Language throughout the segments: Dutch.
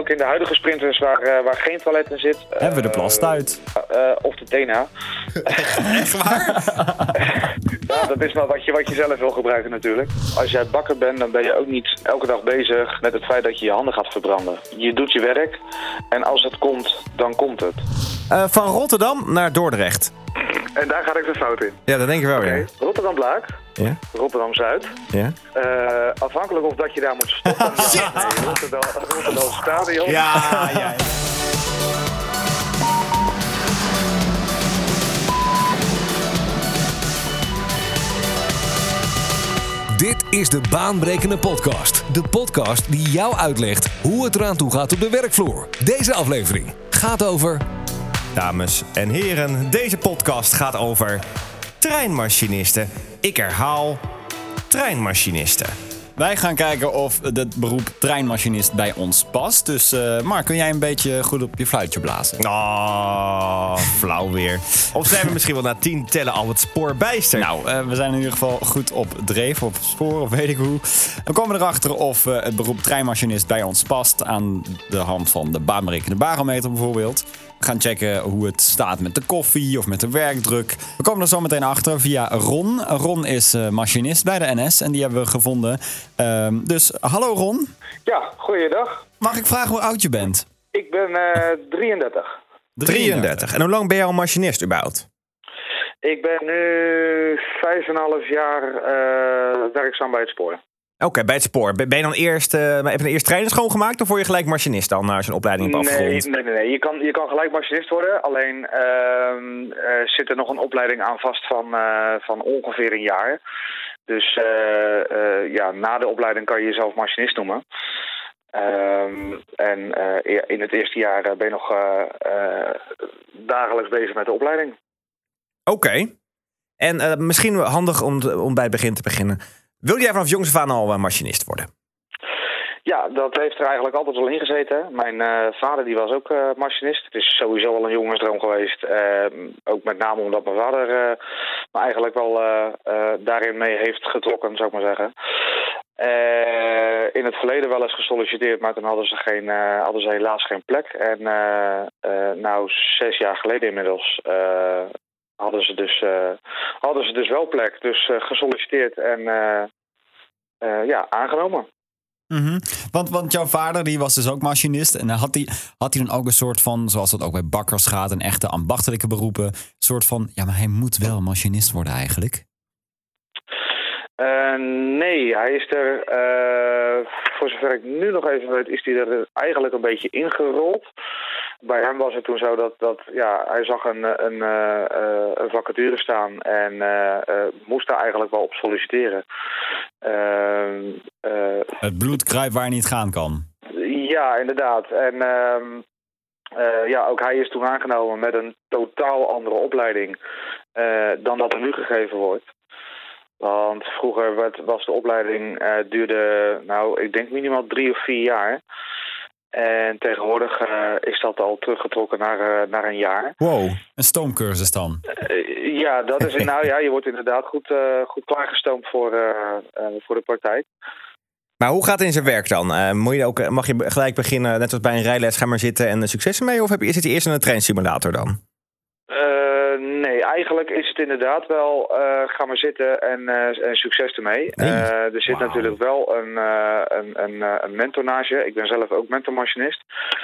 ook in de huidige sprinters waar geen toilet in zit. Hebben we de Plastuit. Of de Tena. Echt waar? Ja, dat is maar wat je zelf wil gebruiken natuurlijk. Als jij bakker bent, dan ben je ook niet elke dag bezig met het feit dat je je handen gaat verbranden. Je doet je werk en als het komt, dan komt het. Van Rotterdam naar Dordrecht. En daar ga ik de fout in. Ja, dat denk ik wel weer. Okay. Rotterdam-Blaak. Ja? Rotterdam-Zuid. Ja? Afhankelijk of dat je daar moet stoppen. Rotterdam Stadion. Ja. Dit is de Baanbrekende Podcast. De podcast die jou uitlegt hoe het eraan toe gaat op de werkvloer. Deze aflevering gaat over... Dames en heren, deze podcast gaat over treinmachinisten. Ik herhaal, treinmachinisten. Wij gaan kijken of het beroep treinmachinist bij ons past. Dus Mark, kun jij een beetje goed op je fluitje blazen? Oh, flauw weer. Of zijn we misschien wel na 10 tellen al het spoor bijster? Nou, we zijn in ieder geval goed op dreef, op spoor, of weet ik hoe. Dan komen we erachter of het beroep treinmachinist bij ons past. Aan de hand van de baanbrekende barometer bijvoorbeeld. We gaan checken hoe het staat met de koffie of met de werkdruk. We komen er zo meteen achter via Ron. Ron is machinist bij de NS en die hebben we gevonden. Dus hallo Ron. Ja, goeiedag. Mag ik vragen hoe oud je bent? Ik ben 33. 33. En hoe lang ben je al machinist überhaupt? Ik ben nu 5,5 jaar werkzaam bij het spoor. Oké, bij het spoor. Ben je dan eerst, heb je dan eerst treinen schoongemaakt of word je gelijk machinist dan als je een opleiding hebt afgerond? Nee. Je kan gelijk machinist worden. Alleen zit er nog een opleiding aan vast van ongeveer een jaar. Dus na de opleiding kan je jezelf machinist noemen. In het eerste jaar ben je nog dagelijks bezig met de opleiding. Oké. En misschien handig om bij het begin te beginnen. Wilde jij vanaf jongs af aan al machinist worden? Ja, dat heeft er eigenlijk altijd al in gezeten. Mijn vader die was ook machinist. Het is sowieso al een jongensdroom geweest. Ook met name omdat mijn vader me eigenlijk wel daarin mee heeft getrokken, zou ik maar zeggen. In het verleden wel eens gesolliciteerd, maar toen hadden ze helaas geen plek. En 6 jaar geleden inmiddels hadden ze dus wel plek. Dus gesolliciteerd en aangenomen. Mm-hmm. Want jouw vader die was dus ook machinist. En had hij dan ook een soort van, zoals dat ook bij bakkers gaat, een echte ambachtelijke beroepen, een soort van, ja, maar hij moet wel machinist worden eigenlijk? Nee, hij is er, voor zover ik nu nog even weet, is hij er eigenlijk een beetje ingerold. Bij hem was het toen zo dat hij zag een vacature staan en moest daar eigenlijk wel op solliciteren. Het bloed kruipt waar je niet gaan kan. Ja, inderdaad. En ook hij is toen aangenomen met een totaal andere opleiding dan dat er nu gegeven wordt. Want vroeger was de opleiding duurde, ik denk minimaal 3 of 4 jaar. En tegenwoordig is dat al teruggetrokken naar een jaar. Wow, een stoomcursus dan? Ja, dat is je wordt inderdaad goed klaargestoomd voor de praktijk. Maar hoe gaat het in zijn werk dan? Mag je gelijk beginnen, net als bij een rijles, ga maar zitten en successen mee? Of zit je eerst in een treinsimulator dan? Nee, eigenlijk is het inderdaad wel ga maar zitten en succes ermee. Er zit natuurlijk wel een mentor naast je. Ik ben zelf ook mentormachinist.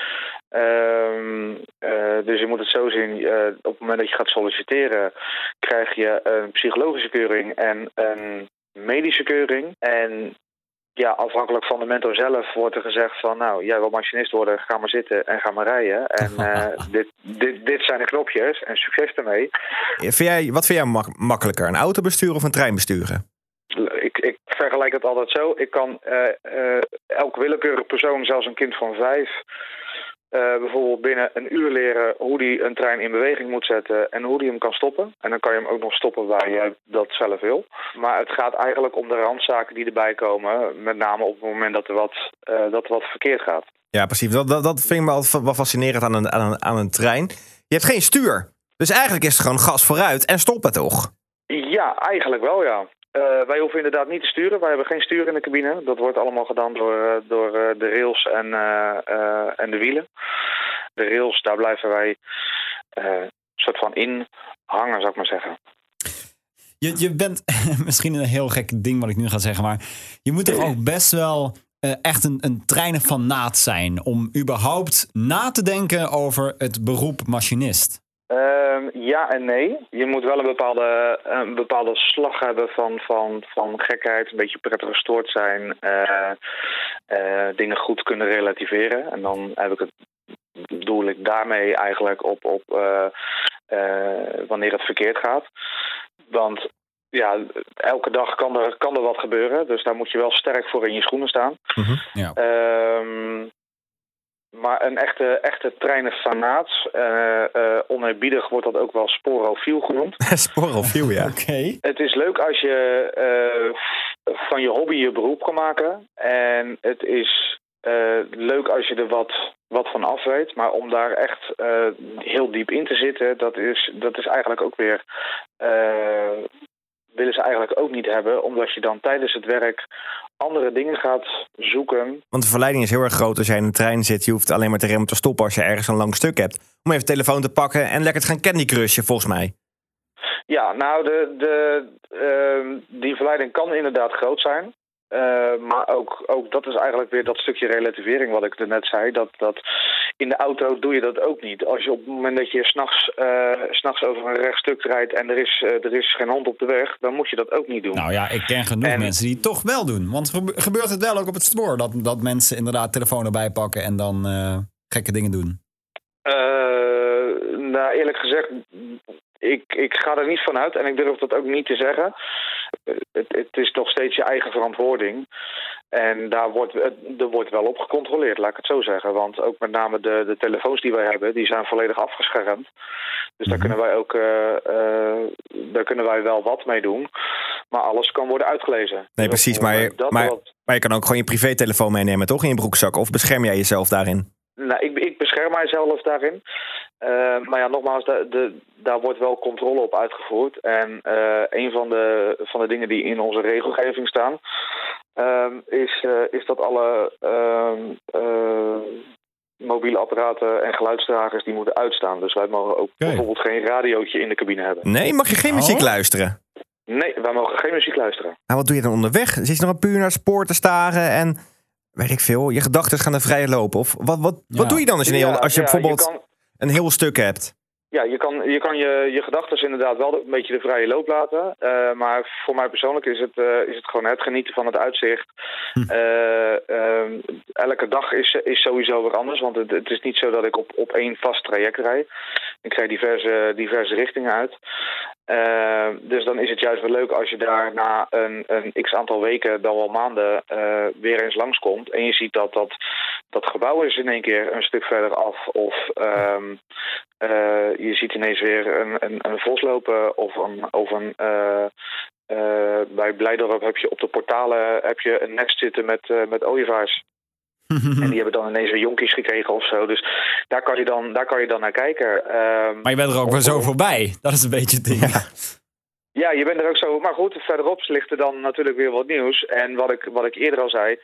Dus je moet het zo zien, op het moment dat je gaat solliciteren, krijg je een psychologische keuring en een medische keuring. En ja, afhankelijk van de mentor zelf wordt er gezegd van, jij wil machinist worden, ga maar zitten en ga maar rijden. En dit zijn de knopjes en succes ermee. Wat vind jij makkelijker, een auto besturen of een trein besturen? Ik vergelijk het altijd zo. Ik kan elk willekeurig persoon, zelfs een kind van 5... bijvoorbeeld binnen een uur leren hoe die een trein in beweging moet zetten en hoe die hem kan stoppen. En dan kan je hem ook nog stoppen waar je dat zelf wil. Maar het gaat eigenlijk om de randzaken die erbij komen. Met name op het moment dat er wat verkeerd gaat. Ja, precies. Dat vind ik wel fascinerend aan een trein. Je hebt geen stuur. Dus eigenlijk is het gewoon gas vooruit en stoppen toch? Ja, eigenlijk wel, ja. Wij hoeven inderdaad niet te sturen. Wij hebben geen stuur in de cabine. Dat wordt allemaal gedaan door de rails en de wielen. De rails, daar blijven wij soort van in hangen, zou ik maar zeggen. Je bent misschien een heel gek ding wat ik nu ga zeggen, maar je moet toch ook best wel echt een treinenfanaat zijn om überhaupt na te denken over het beroep machinist. Ja en nee. Je moet wel een bepaalde slag hebben van gekheid, een beetje prettig gestoord zijn, dingen goed kunnen relativeren. En dan doel ik daarmee eigenlijk op wanneer het verkeerd gaat. Want ja, elke dag kan er wat gebeuren. Dus daar moet je wel sterk voor in je schoenen staan. Mm-hmm. Ja. Maar een echte treinenfanaat, oneerbiedig wordt dat ook wel sporofiel genoemd. Sporofiel, ja. Oké. Het is leuk als je van je hobby je beroep kan maken. En het is leuk als je er wat van af weet. Maar om daar echt heel diep in te zitten, dat is eigenlijk ook weer willen ze eigenlijk ook niet hebben, omdat je dan tijdens het werk andere dingen gaat zoeken. Want de verleiding is heel erg groot als jij in een trein zit. Je hoeft alleen maar te remmen te stoppen als je ergens een lang stuk hebt. Om even de telefoon te pakken en lekker te gaan Candy Crushen, volgens mij. Ja, nou, die verleiding kan inderdaad groot zijn. Maar ook dat is eigenlijk weer dat stukje relativering wat ik er net zei. Dat in de auto doe je dat ook niet. Als je op het moment dat je s'nachts over een rechtstuk rijdt en er is geen hond op de weg, dan moet je dat ook niet doen. Nou ja, ik ken genoeg mensen die het toch wel doen. Want gebeurt het wel ook op het spoor dat mensen inderdaad telefoon erbij pakken en dan gekke dingen doen? Nou, eerlijk gezegd, ik ga er niet van uit en ik durf dat ook niet te zeggen. Het is nog steeds je eigen verantwoording. En er wordt wel op gecontroleerd, laat ik het zo zeggen. Want ook met name de telefoons die wij hebben, die zijn volledig afgeschermd. Dus daar kunnen wij wel wat mee doen. Maar alles kan worden uitgelezen. Nee, precies. Maar je kan ook gewoon je privételefoon meenemen, toch? In je broekzak. Of bescherm jij jezelf daarin? Nou, ik bescherm mijzelf daarin. Maar ja, nogmaals, daar wordt wel controle op uitgevoerd. En een van de dingen die in onze regelgeving staan, is dat alle mobiele apparaten en geluidsdragers die moeten uitstaan. Dus wij mogen ook bijvoorbeeld geen radiootje in de cabine hebben. Nee, mag je geen muziek luisteren? Nee, wij mogen geen muziek luisteren. Nou, wat doe je dan onderweg? Zit je nog puur naar het spoor te staren en weet ik veel, je gedachten gaan er vrij lopen? Of wat doe je dan als je bijvoorbeeld een heel stuk hebt? Ja, je kan je gedachten inderdaad wel een beetje de vrije loop laten. Maar voor mij persoonlijk is het gewoon het genieten van het uitzicht. Elke dag is sowieso weer anders. Want het is niet zo dat ik op één vast traject rijd. Ik rijd diverse richtingen uit. Dus dan is het juist wel leuk als je daar na een x aantal weken, dan wel maanden, weer eens langskomt. En je ziet dat gebouw is in één keer een stuk verder af. Of je ziet ineens weer een vos lopen bij Blijdorp heb je op de portalen een nest zitten met ooievaars. En die hebben dan ineens weer jonkies gekregen of zo. Dus daar kan je dan naar kijken. Maar je bent er ook weer zo voorbij. Dat is een beetje het ding. Ja, je bent er ook zo. Maar goed, verderop ligt er dan natuurlijk weer wat nieuws. En wat ik eerder al zei,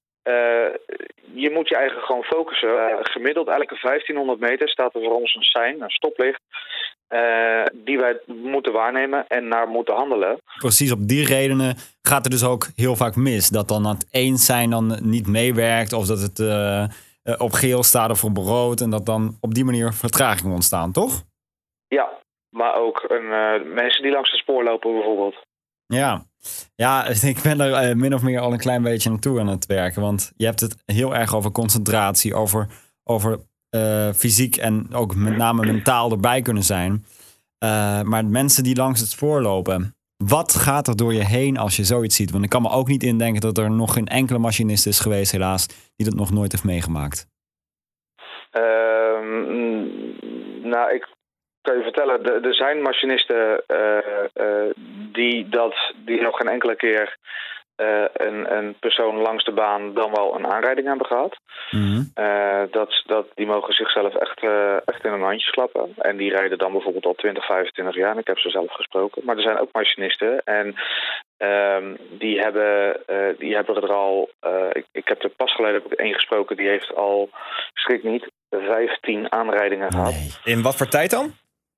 je moet je eigen gewoon focussen. Gemiddeld elke 1500 meter staat er voor ons een sein, een stoplicht, die wij moeten waarnemen en naar moeten handelen. Precies, op die redenen gaat er dus ook heel vaak mis. Dat dan het eens zijn dan niet meewerkt of dat het op geel staat of op rood en dat dan op die manier vertragingen ontstaan, toch? Ja, maar ook mensen die langs het spoor lopen bijvoorbeeld. Ja, ik ben er min of meer al een klein beetje naartoe aan het werken. Want je hebt het heel erg over concentratie, over fysiek en ook met name mentaal erbij kunnen zijn. Maar mensen die langs het spoor lopen, wat gaat er door je heen als je zoiets ziet? Want ik kan me ook niet indenken dat er nog geen enkele machinist is geweest, helaas, die dat nog nooit heeft meegemaakt. Nou, ik kan je vertellen, er zijn machinisten die nog geen enkele keer een persoon langs de baan dan wel een aanrijding hebben gehad. Mhm. Die mogen zichzelf echt in hun handjes klappen. En die rijden dan bijvoorbeeld al 20, 25 jaar. En ik heb ze zelf gesproken. Maar er zijn ook machinisten. En die hebben er al... ik heb er pas geleden één gesproken. Die heeft al, schrik niet, 15 aanrijdingen gehad. Nee. In wat voor tijd dan?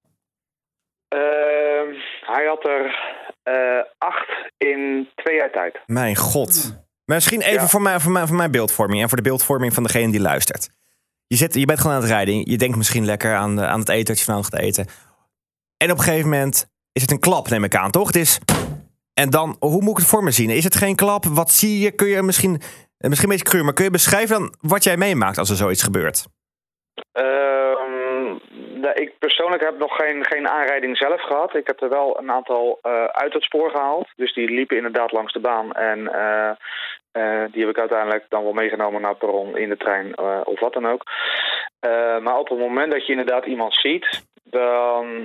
Hij had er 8 in 2 jaar tijd. Mijn god. Maar misschien even voor mijn beeldvorming en voor de beeldvorming van degene die luistert. Je bent gewoon aan het rijden. Je denkt misschien lekker aan het eten dat je vanavond gaat eten. En op een gegeven moment is het een klap, neem ik aan, toch? Het is... En dan, hoe moet ik het voor me zien? Is het geen klap? Wat zie je? Kun je misschien een beetje cru, maar kun je beschrijven dan wat jij meemaakt als er zoiets gebeurt? Ik persoonlijk heb nog geen aanrijding zelf gehad. Ik heb er wel een aantal uit het spoor gehaald. Dus die liepen inderdaad langs de baan. En die heb ik uiteindelijk dan wel meegenomen naar het perron, in de trein of wat dan ook. Maar op het moment dat je inderdaad iemand ziet, dan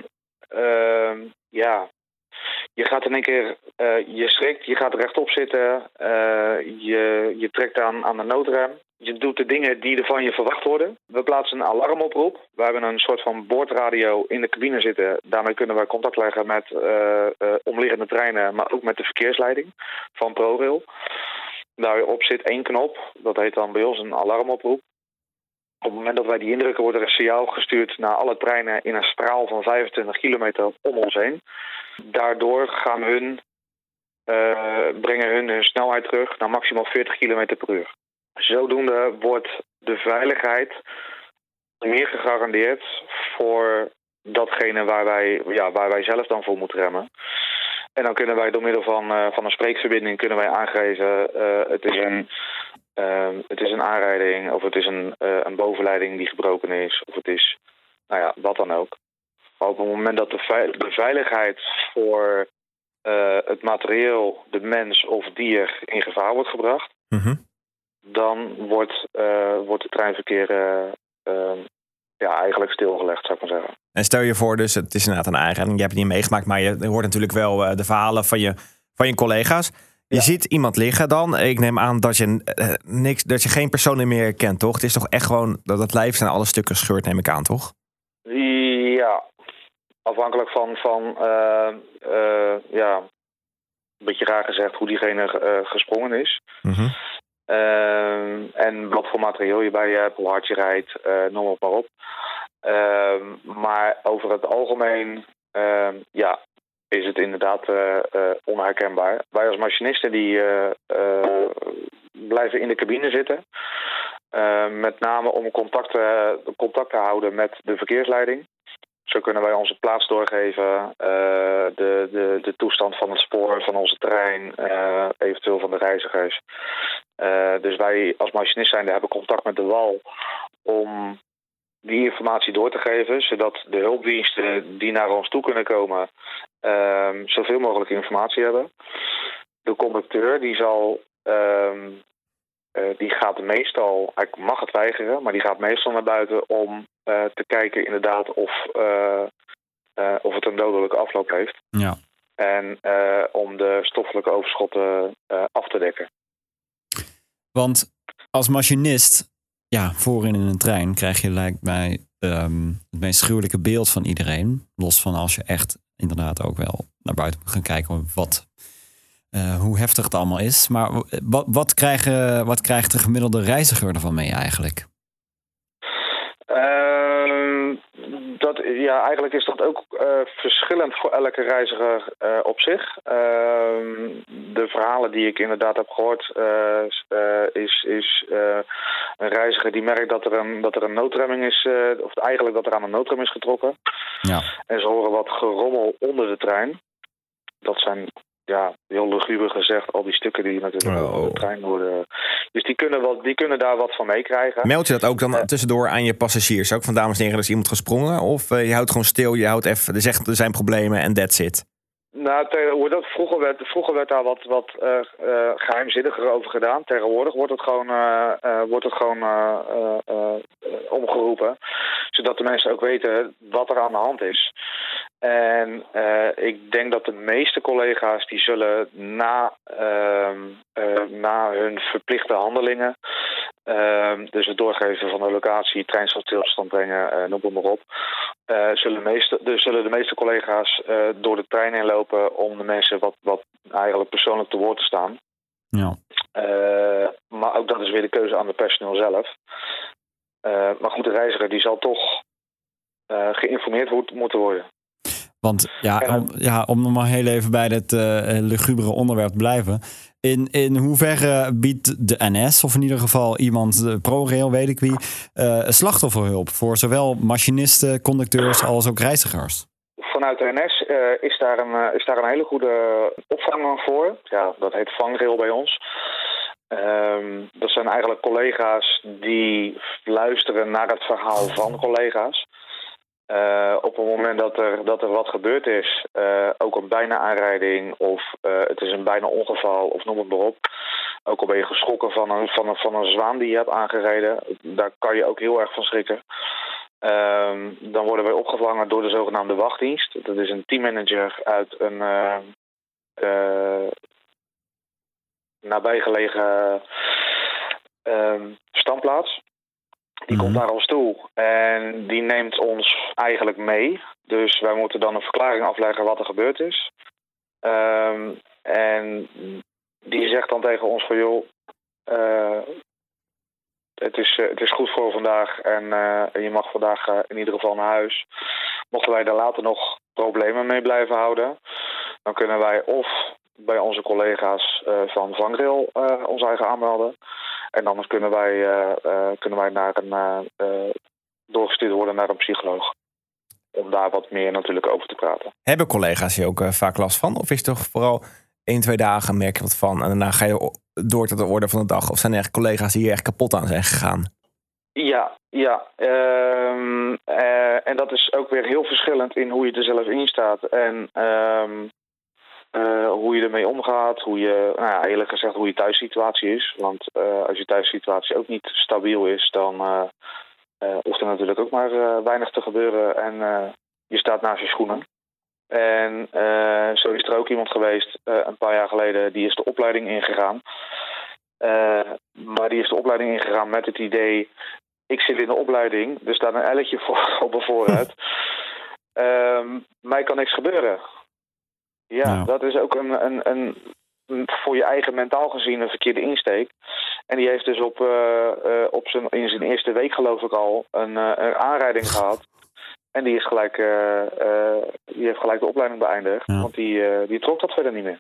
je gaat in één keer, je schrikt, je gaat rechtop zitten, je trekt aan de noodrem. Je doet de dingen die er van je verwacht worden. We plaatsen een alarmoproep. We hebben een soort van boordradio in de cabine zitten. Daarmee kunnen wij contact leggen met omliggende treinen, maar ook met de verkeersleiding van ProRail. Daarop zit 1 knop. Dat heet dan bij ons een alarmoproep. Op het moment dat wij die indrukken, wordt er een signaal gestuurd naar alle treinen in een straal van 25 kilometer om ons heen. Daardoor brengen hun snelheid terug naar maximaal 40 kilometer per uur. Zodoende wordt de veiligheid meer gegarandeerd voor datgene waar wij zelf dan voor moeten remmen. En dan kunnen wij door middel van een spreekverbinding kunnen wij aangeven het is een aanrijding of het is een bovenleiding die gebroken is of het is wat dan ook. Maar op het moment dat de veiligheid voor het materieel, de mens of dier in gevaar wordt gebracht, dan wordt het treinverkeer eigenlijk stilgelegd, zou ik maar zeggen. En stel je voor, dus het is inderdaad een aanrijding. Je hebt het niet meegemaakt, maar je hoort natuurlijk wel de verhalen van je collega's. Je ziet iemand liggen dan. Ik neem aan dat je geen personen meer kent, toch? Het is toch echt gewoon dat lijf zijn alle stukken gescheurd, neem ik aan, toch? Ja, afhankelijk van een beetje raar gezegd hoe diegene gesprongen is. En wat voor materieel je bij je hebt, hoe hard je rijdt, noem het maar op. Maar over het algemeen is het inderdaad onherkenbaar. Wij als machinisten die blijven in de cabine zitten. Met name om contact te houden met de verkeersleiding. Zo kunnen wij onze plaats doorgeven, de toestand van het spoor, van onze trein, eventueel van de reizigers. Dus wij als machinist zijnde hebben contact met de wal om die informatie door te geven, zodat de hulpdiensten die naar ons toe kunnen komen zoveel mogelijk informatie hebben. De conducteur die gaat meestal, hij mag het weigeren, maar die gaat meestal naar buiten om te kijken inderdaad of het een dodelijke afloop heeft. Ja. En om de stoffelijke overschotten af te dekken. Want als machinist, voorin in een trein, krijg je lijkt mij het meest gruwelijke beeld van iedereen. Los van als je echt inderdaad ook wel naar buiten moet gaan kijken hoe heftig het allemaal is. Maar wat krijgt de gemiddelde reiziger ervan mee eigenlijk? Eigenlijk is dat ook verschillend voor elke reiziger op zich. De verhalen die ik inderdaad heb gehoord, is een reiziger die merkt dat er een noodremming is, of eigenlijk dat er aan een noodrem is getrokken. Ja. En ze horen wat gerommel onder de trein. Dat zijn heel luguber gezegd, al die stukken die natuurlijk over de trein worden. Dus die kunnen daar wat van meekrijgen. Meld je dat ook dan tussendoor aan je passagiers? Ook van dames en heren, er is iemand gesprongen? Of je houdt gewoon stil, je houdt even, er zijn problemen en that's it? Nou, vroeger werd daar wat geheimzinniger over gedaan. Tegenwoordig wordt het gewoon omgeroepen. Zodat de mensen ook weten wat er aan de hand is. En ik denk dat de meeste collega's die zullen na hun verplichte handelingen, dus het doorgeven van de locatie, trein tot stilstand brengen, noem het maar op, zullen de meeste collega's door de trein heen lopen om de mensen wat eigenlijk persoonlijk te woord te staan. Ja. Maar ook dat is weer de keuze aan het personeel zelf. Maar goed, de reiziger die zal toch geïnformeerd moeten worden. Want om nog maar heel even bij dit lugubere onderwerp te blijven. In hoeverre biedt de NS, of in ieder geval iemand, ProRail, weet ik wie, slachtofferhulp voor zowel machinisten, conducteurs als ook reizigers? Vanuit de NS is daar een hele goede opvang voor. Ja, dat heet vangrail bij ons. Dat zijn eigenlijk collega's die luisteren naar het verhaal van collega's. Op het moment dat er wat gebeurd is, ook een bijna aanrijding of het is een bijna ongeval of noem het maar op. Ook al ben je geschrokken van een zwaan die je hebt aangereden, daar kan je ook heel erg van schrikken. Dan worden wij opgevangen door de zogenaamde wachtdienst. Dat is een teammanager uit een nabijgelegen standplaats. Die komt naar ons toe en die neemt ons eigenlijk mee. Dus wij moeten dan een verklaring afleggen wat er gebeurd is. En die zegt dan tegen ons van joh, het is goed voor vandaag en je mag vandaag in ieder geval naar huis. Mochten wij daar later nog problemen mee blijven houden, dan kunnen wij of bij onze collega's van Vangrail ons eigen aanmelden. En anders kunnen wij doorgestuurd worden naar een psycholoog. Om daar wat meer natuurlijk over te praten. Hebben collega's hier ook vaak last van? Of is het toch vooral 1-2 dagen merk je wat van en daarna ga je door tot de orde van de dag? Of zijn er echt collega's die hier echt kapot aan zijn gegaan? Ja. En dat is ook weer heel verschillend in hoe je er zelf in staat. En hoe je ermee omgaat. Eerlijk gezegd hoe je thuissituatie is. Want als je thuissituatie ook niet stabiel is, dan hoeft er natuurlijk ook maar weinig te gebeuren. En je staat naast je schoenen. En zo is er ook iemand geweest een paar jaar geleden, die is de opleiding ingegaan. Maar die is de opleiding ingegaan met het idee, ik zit in de opleiding, er staat een elletje op mijn vooruit. Mij kan niks gebeuren. Ja, dat is ook een voor je eigen mentaal gezien een verkeerde insteek. En die heeft dus in zijn eerste week geloof ik al een aanrijding gehad. En die heeft gelijk de opleiding beëindigd. Ja. Want die trok dat verder niet meer.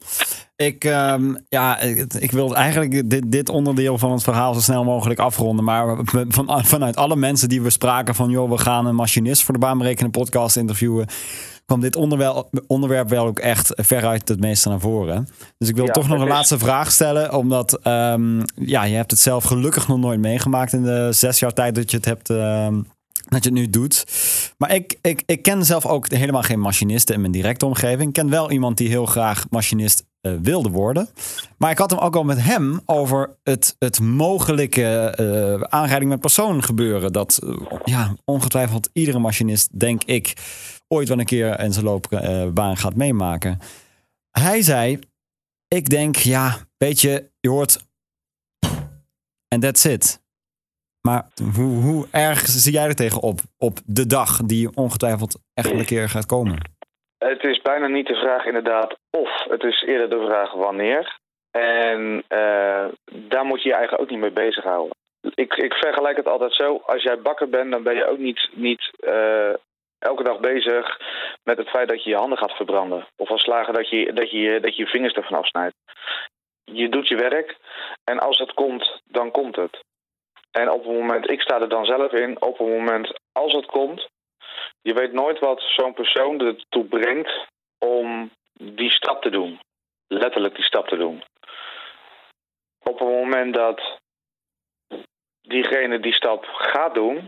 Ja. Ik wil eigenlijk dit onderdeel van het verhaal zo snel mogelijk afronden. Maar vanuit alle mensen die we spraken van joh, we gaan een machinist voor de Baanberekende podcast interviewen, kwam dit onderwerp wel ook echt veruit het meeste naar voren. Dus ik wil toch nog een laatste vraag stellen. Omdat je hebt het zelf gelukkig nog nooit meegemaakt in de 6 jaar tijd dat je het hebt, dat je het nu doet. Maar ik ken zelf ook helemaal geen machinisten in mijn directe omgeving. Ik ken wel iemand die heel graag machinist wilde worden. Maar ik had hem ook al met hem over het mogelijke aanrijding met persoon gebeuren. Dat ongetwijfeld iedere machinist, denk ik, ooit wel een keer in zijn loopbaan gaat meemaken. Hij zei, ik denk, weet je hoort en that's it. Maar hoe erg zie jij er tegenop op de dag die ongetwijfeld echt een keer gaat komen? Het is bijna niet de vraag inderdaad of. Het is eerder de vraag wanneer. En daar moet je je eigen ook niet mee bezighouden. Ik vergelijk het altijd zo. Als jij bakker bent, dan ben je ook niet elke dag bezig met het feit dat je je handen gaat verbranden. Of als slager dat je vingers ervan afsnijdt. Je doet je werk en als het komt, dan komt het. En op het moment, ik sta er dan zelf in, op het moment als het komt, je weet nooit wat zo'n persoon ertoe brengt om die stap te doen. Letterlijk die stap te doen. Op het moment dat diegene die stap gaat doen,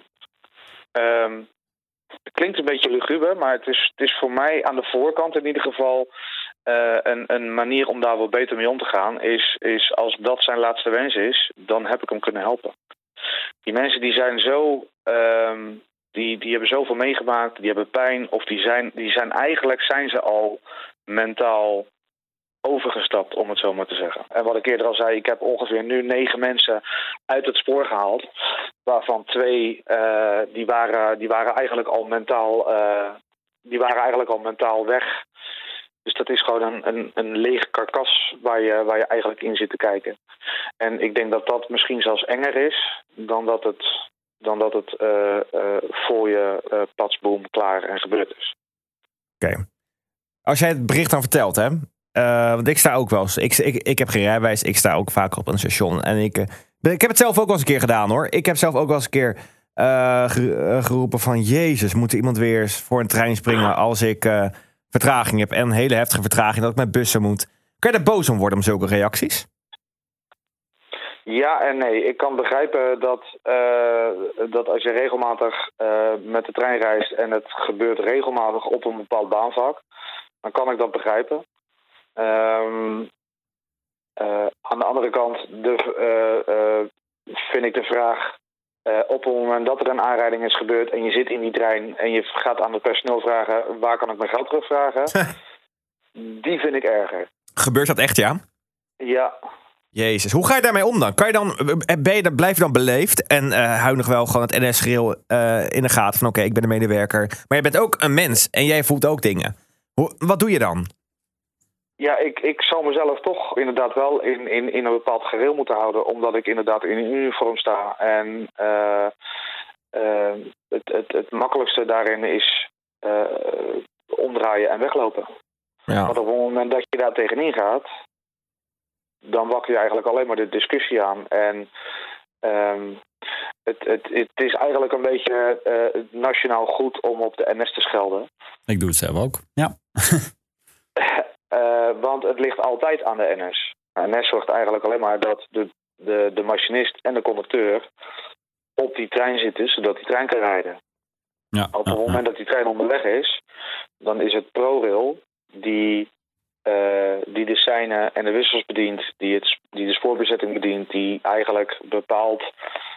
het klinkt een beetje luguber, maar het is voor mij aan de voorkant in ieder geval een manier om daar wat beter mee om te gaan. Is als dat zijn laatste wens is, dan heb ik hem kunnen helpen. Die mensen die zijn zo Die hebben zoveel meegemaakt, die hebben pijn. Of zijn ze al mentaal overgestapt, om het zo maar te zeggen. En wat ik eerder al zei, ik heb ongeveer nu 9 mensen uit het spoor gehaald. Waarvan 2, die waren eigenlijk al mentaal weg. Dus dat is gewoon een lege karkas waar je eigenlijk in zit te kijken. En ik denk dat dat misschien zelfs enger is dan dat het voor je patsboom klaar en gebeurd is. Oké. Als jij het bericht dan vertelt, hè? Want ik sta ook wel eens. Ik heb geen rijbewijs. Ik sta ook vaak op een station. En ik heb het zelf ook wel eens een keer gedaan, hoor. Ik heb zelf ook wel eens een keer geroepen van... Jezus, moet er iemand weer eens voor een trein springen als ik vertraging heb. En een hele heftige vertraging dat ik met bussen moet. Kan je daar boos om worden om zulke reacties? Ja en nee. Ik kan begrijpen dat als je regelmatig met de trein reist... en het gebeurt regelmatig op een bepaald baanvak... dan kan ik dat begrijpen. Aan de andere kant vind ik de vraag... op het moment dat er een aanrijding is gebeurd... en je zit in die trein en je gaat aan het personeel vragen... waar kan ik mijn geld terugvragen? Die vind ik erger. Gebeurt dat echt, ja? Ja. Jezus, hoe ga je daarmee om dan? Blijf je dan beleefd en hou je nog wel gewoon het NS-gereel in de gaten van... oké, ik ben de medewerker. Maar je bent ook een mens en jij voelt ook dingen. Wat doe je dan? Ja, ik zal mezelf toch inderdaad wel in een bepaald gereel moeten houden... omdat ik inderdaad in een uniform sta. En het makkelijkste daarin is omdraaien en weglopen. Ja. Want op het moment dat je daar tegenin gaat... dan wak je eigenlijk alleen maar de discussie aan. En het is eigenlijk een beetje nationaal goed om op de NS te schelden. Ik doe het zelf ook, ja. Want het ligt altijd aan de NS. NS zorgt eigenlijk alleen maar dat de machinist en de conducteur op die trein zitten, zodat die trein kan rijden. Ja, op het moment dat die trein onderweg is, dan is het ProRail die de seinen en de wissels bedient, die de spoorbezetting bedient, die eigenlijk bepaalt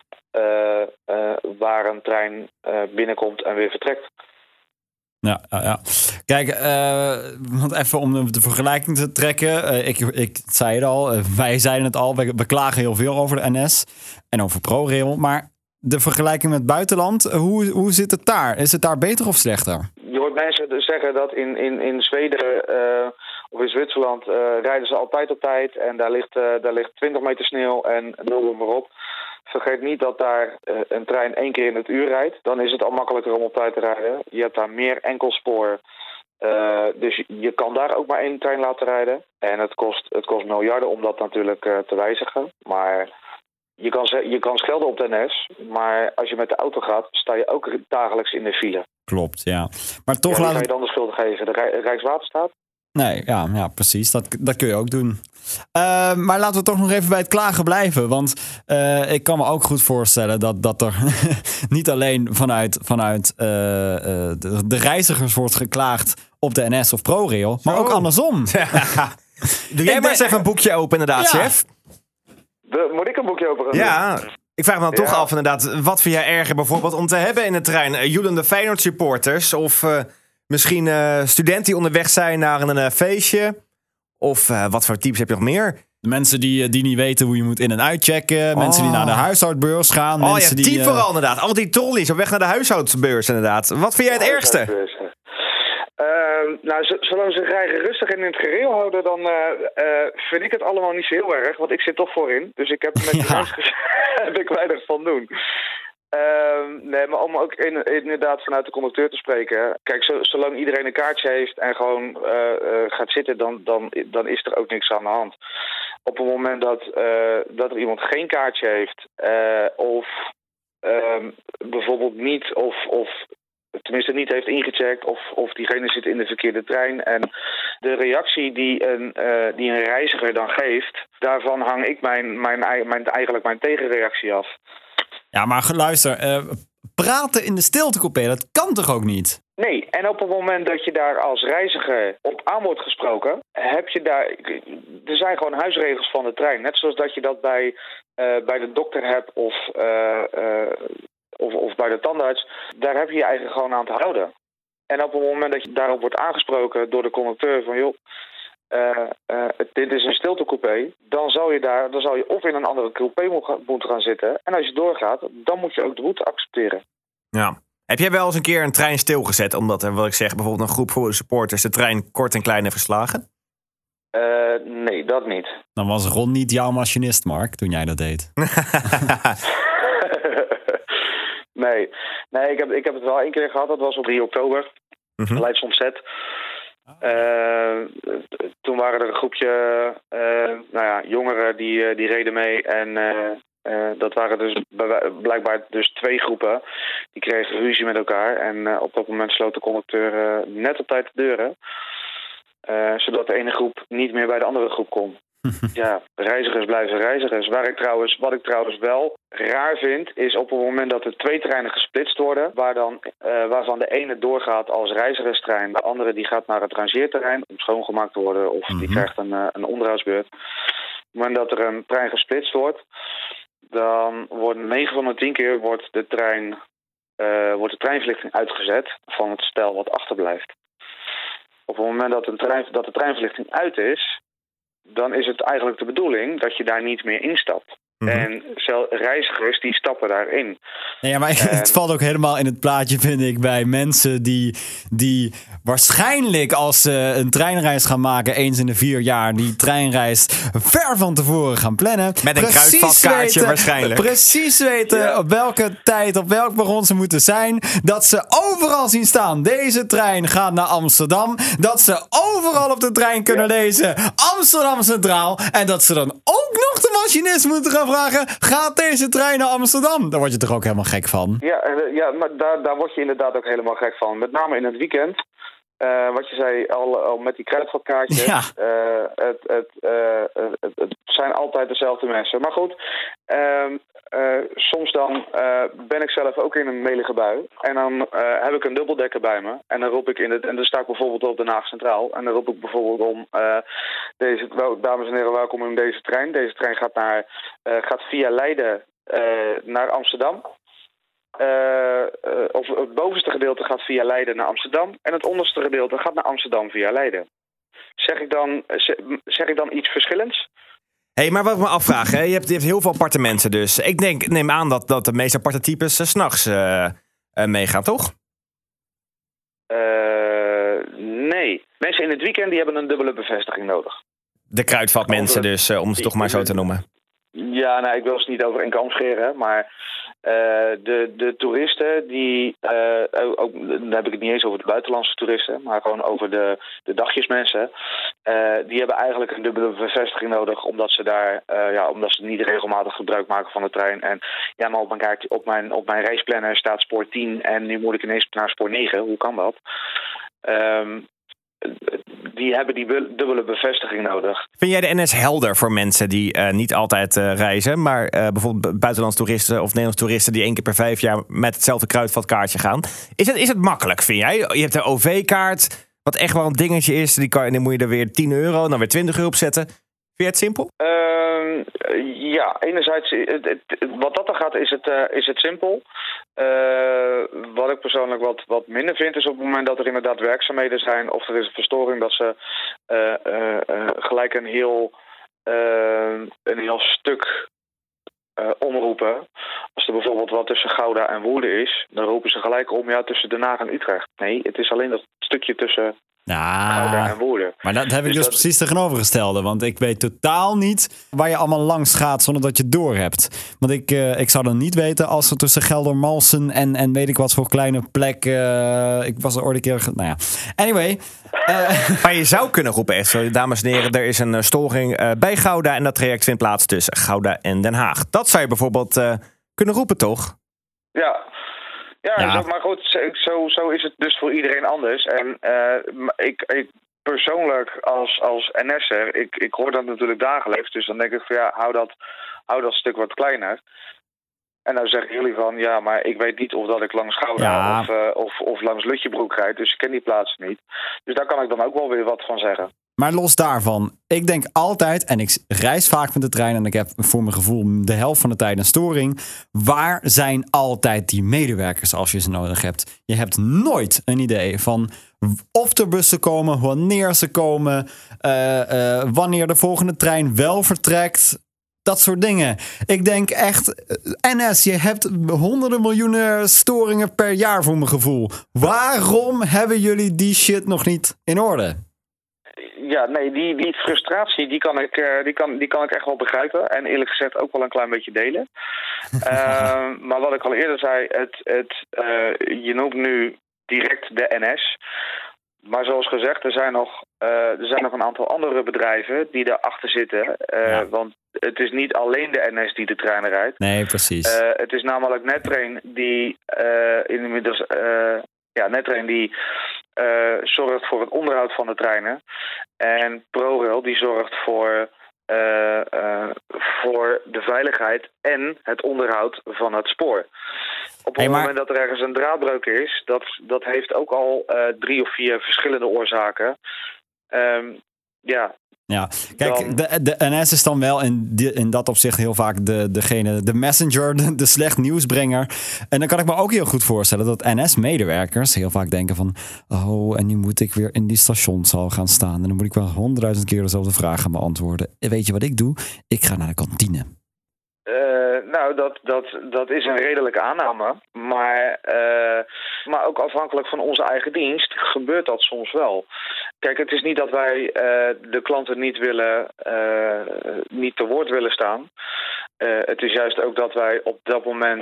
waar een trein binnenkomt en weer vertrekt. Ja. Kijk, want even om de vergelijking te trekken. Ik zei het al, wij zeiden het al. We klagen heel veel over de NS en over ProRail. Maar de vergelijking met het buitenland, hoe zit het daar? Is het daar beter of slechter? Je hoort mensen zeggen dat in Zweden of in Zwitserland rijden ze altijd op tijd. En daar ligt 20 meter sneeuw en noem maar op. Vergeet niet dat daar een trein 1 keer in het uur rijdt. Dan is het al makkelijker om op tijd te rijden. Je hebt daar meer enkelspoor. Dus je kan daar ook maar 1 trein laten rijden. En het kost miljarden om dat natuurlijk te wijzigen. Maar je kan schelden op de NS. Maar als je met de auto gaat, sta je ook dagelijks in de file. Klopt, ja. Maar toch kan je dan de schuld geven? De Rijkswaterstaat? Nee, ja, precies. Dat kun je ook doen. Maar laten we toch nog even bij het klagen blijven. Want ik kan me ook goed voorstellen dat er niet alleen vanuit de reizigers wordt geklaagd op de NS of ProRail, maar ook andersom. Doe jij maar eens even een boekje open, inderdaad, chef. Moet ik een boekje openen? Ja, ik vraag me dan toch af, inderdaad. Wat vind jij erger bijvoorbeeld om te hebben in de trein? Joelende Feyenoord supporters of misschien studenten die onderweg zijn naar een feestje? Of wat voor types heb je nog meer? De mensen die niet weten hoe je moet in- en uitchecken. Mensen die naar de huishoudbeurs gaan. Mensen die vooral inderdaad. Al die trolleys op weg naar de huishoudbeurs inderdaad. Wat vind jij het ergste? Zolang ze rijden rustig en in het gereel houden, dan vind ik het allemaal niet zo heel erg. Want ik zit toch voorin. Dus ik heb met die mensen heb ik weinig van doen. Nee, maar om ook inderdaad vanuit de conducteur te spreken. Kijk, zolang iedereen een kaartje heeft en gewoon gaat zitten, dan is er ook niks aan de hand. Op het moment dat er iemand geen kaartje heeft, of bijvoorbeeld niet, of tenminste niet heeft ingecheckt, of diegene zit in de verkeerde trein. En de reactie die een reiziger dan geeft, daarvan hang ik eigenlijk mijn tegenreactie af. Ja, maar luister, praten in de stiltecoupé, dat kan toch ook niet? Nee, en op het moment dat je daar als reiziger op aan wordt gesproken, heb je daar... Er zijn gewoon huisregels van de trein. Net zoals dat je dat bij de dokter hebt of bij de tandarts, daar heb je je eigen gewoon aan te houden. En op het moment dat je daarop wordt aangesproken door de conducteur van joh, dit is een stiltecoupé, dan zal je of in een andere coupé moeten gaan zitten. En als je doorgaat, dan moet je ook de boete accepteren. Ja. Heb jij wel eens een keer een trein stilgezet omdat er, wat ik zeg, bijvoorbeeld een groep voor supporters de trein kort en klein heeft verslagen? Nee, dat niet. Dan was Ron niet jouw machinist, Mark, toen jij dat deed. Nee, ik heb het wel 1 keer gehad. Dat was op 3 oktober. Leids ontzet. Toen waren er een groepje jongeren die reden mee. En dat waren dus blijkbaar dus 2 groepen. Die kregen ruzie met elkaar. En op dat moment sloot de conducteur net op tijd de deuren. Zodat de ene groep niet meer bij de andere groep kon. Ja, reizigers blijven reizigers. Wat ik trouwens wel raar vind, is op het moment dat er 2 treinen gesplitst worden, waarvan de ene doorgaat als reizigerstrein, de andere die gaat naar het rangeerterrein om schoongemaakt te worden of die krijgt een onderhoudsbeurt. Op het moment dat er een trein gesplitst wordt, dan wordt 9 van de 10 keer wordt de treinverlichting uitgezet van het stel wat achterblijft. Op het moment dat de treinverlichting uit is, dan is het eigenlijk de bedoeling dat je daar niet meer instapt. En reizigers die stappen daarin. Ja, maar het valt ook helemaal in het plaatje, vind ik, bij mensen die waarschijnlijk als ze een treinreis gaan maken eens in de 4 jaar, die treinreis ver van tevoren gaan plannen. Met een kruidvatkaartje waarschijnlijk. Precies weten op welke tijd, op welk perron ze moeten zijn. Dat ze overal zien staan. Deze trein gaat naar Amsterdam. Dat ze overal op de trein kunnen lezen Amsterdam Centraal. En dat ze dan ook nog de machinist moeten gaan vragen, gaat deze trein naar Amsterdam? Daar word je toch ook helemaal gek van? Ja, maar daar word je inderdaad ook helemaal gek van. Met name in het weekend. Wat je zei, al met die kruidvatkaartjes. Ja. Het zijn altijd dezelfde mensen. Maar goed, soms dan ben ik zelf ook in een melige bui. En dan heb ik een dubbeldekker bij me. En dan roep ik en dan sta ik bijvoorbeeld op Den Haag Centraal. En dan roep ik bijvoorbeeld om dames en heren, welkom in deze trein. Deze trein gaat via Leiden naar Amsterdam. Of het bovenste gedeelte gaat via Leiden naar Amsterdam. En het onderste gedeelte gaat naar Amsterdam via Leiden. Zeg ik dan iets verschillends? Hé, maar wat ik me afvraag, hè? Je hebt heel veel aparte mensen dus. Ik neem aan dat de meeste aparte types 's nachts meegaan, toch? Nee. Mensen in het weekend die hebben een dubbele bevestiging nodig. De kruidvatmensen dus, om ze toch maar zo te noemen. Ja, nou, ik wil ze niet over één kam scheren, maar de toeristen, dan heb ik het niet eens over de buitenlandse toeristen, maar gewoon over de dagjesmensen. Die hebben eigenlijk een dubbele bevestiging nodig, omdat ze niet regelmatig gebruik maken van de trein. En ja, maar op mijn reisplanner staat spoor 10 en nu moet ik ineens naar spoor 9. Hoe kan dat? Die hebben die dubbele bevestiging nodig. Vind jij de NS helder voor mensen die niet altijd reizen, maar bijvoorbeeld buitenlandse toeristen of Nederlandse toeristen die 1 keer per 5 jaar met hetzelfde kruidvatkaartje gaan? Is het makkelijk, vind jij? Je hebt een OV-kaart, wat echt wel een dingetje is. Die moet je er weer €10, dan weer €20 op zetten. Vind je het simpel? Ja, enerzijds, wat dat dan gaat, is het simpel. Wat ik persoonlijk wat minder vind, is op het moment dat er inderdaad werkzaamheden zijn of er is een verstoring, dat ze gelijk een heel stuk omroepen. Als er bijvoorbeeld wat tussen Gouda en Woerden is, dan roepen ze gelijk om tussen Den Haag en Utrecht. Nee, het is alleen dat stukje tussen Gouda en Woerden. Maar dat heb ik dus precies tegenovergestelde. Want ik weet totaal niet waar je allemaal langs gaat zonder dat je het door hebt. Want ik zou dan niet weten als er tussen Geldermalsen en weet ik wat voor kleine plek. Ik was er ooit een keer. Nou ja. Anyway. Maar je zou kunnen roepen, echt, dames en heren, er is een storing bij Gouda en dat traject vindt plaats tussen Gouda en Den Haag. Dat zou je bijvoorbeeld kunnen roepen, toch? Ja. Ja. Maar goed, zo is het dus voor iedereen anders. En ik persoonlijk als NS'er, ik hoor dat natuurlijk dagelijks. Dus dan denk ik van hou dat stuk wat kleiner. En dan zeggen jullie van, ja, maar ik weet niet of dat ik langs Gouda of langs Lutjebroek rijd. Dus ik ken die plaatsen niet. Dus daar kan ik dan ook wel weer wat van zeggen. Maar los daarvan, ik denk altijd, en ik reis vaak met de trein en ik heb voor mijn gevoel de helft van de tijd een storing. Waar zijn altijd die medewerkers als je ze nodig hebt? Je hebt nooit een idee van of de bussen komen, wanneer ze komen, wanneer de volgende trein wel vertrekt. Dat soort dingen. Ik denk echt, NS, je hebt honderden miljoenen storingen per jaar voor mijn gevoel. Waarom hebben jullie die shit nog niet in orde? Ja, nee, die frustratie die kan ik echt wel begrijpen. En eerlijk gezegd ook wel een klein beetje delen. Maar wat ik al eerder zei, je noemt nu direct de NS. Maar zoals gezegd, er zijn nog een aantal andere bedrijven die daarachter zitten. Want het is niet alleen de NS die de treinen rijdt. Nee, precies. Het is namelijk NetTrain die inmiddels zorgt voor het onderhoud van de treinen. En ProRail die zorgt voor de veiligheid en het onderhoud van het spoor. Op het moment dat er ergens een draadbreuk is, dat heeft ook al 3 of 4 verschillende oorzaken. Ja, kijk, de NS is dan wel in dat opzicht heel vaak de messenger, de slecht nieuwsbrenger. En dan kan ik me ook heel goed voorstellen dat NS-medewerkers heel vaak denken van, oh, en nu moet ik weer in die stationshal gaan staan. En dan moet ik wel 100.000 keer dezelfde vraag gaan beantwoorden. Weet je wat ik doe? Ik ga naar de kantine. Dat is een redelijke aanname. Maar ook afhankelijk van onze eigen dienst gebeurt dat soms wel. Kijk, het is niet dat wij de klanten niet te woord willen staan. Het is juist ook dat wij op dat moment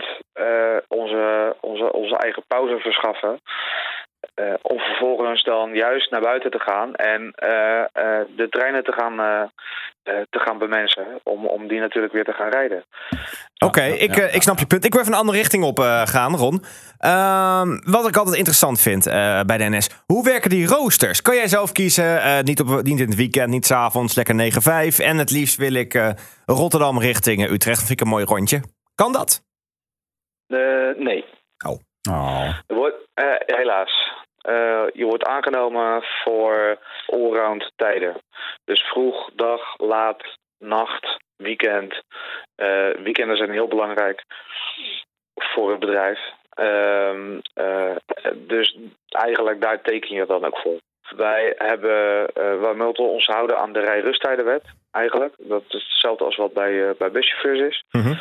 onze eigen pauze verschaffen. Om vervolgens dan juist naar buiten te gaan en de treinen te gaan bemensen. Om die natuurlijk weer te gaan rijden. Oké, ik snap je punt. Ik wil even een andere richting op gaan, Ron. Wat ik altijd interessant vind bij de NS. Hoe werken die roosters? Kan jij zelf kiezen? Niet in het weekend, niet 's avonds, lekker 9-5. En het liefst wil ik Rotterdam richting Utrecht. Dat vind ik een mooi rondje. Kan dat? Nee. Oh. Helaas. Je wordt aangenomen voor allround tijden. Dus vroeg, dag, laat, nacht, weekend. Weekenden zijn heel belangrijk voor het bedrijf. Dus eigenlijk daar teken je dan ook voor. Wij moeten ons houden aan de rij-rusttijdenwet eigenlijk. Dat is hetzelfde als wat bij buschauffeurs is. Mm-hmm.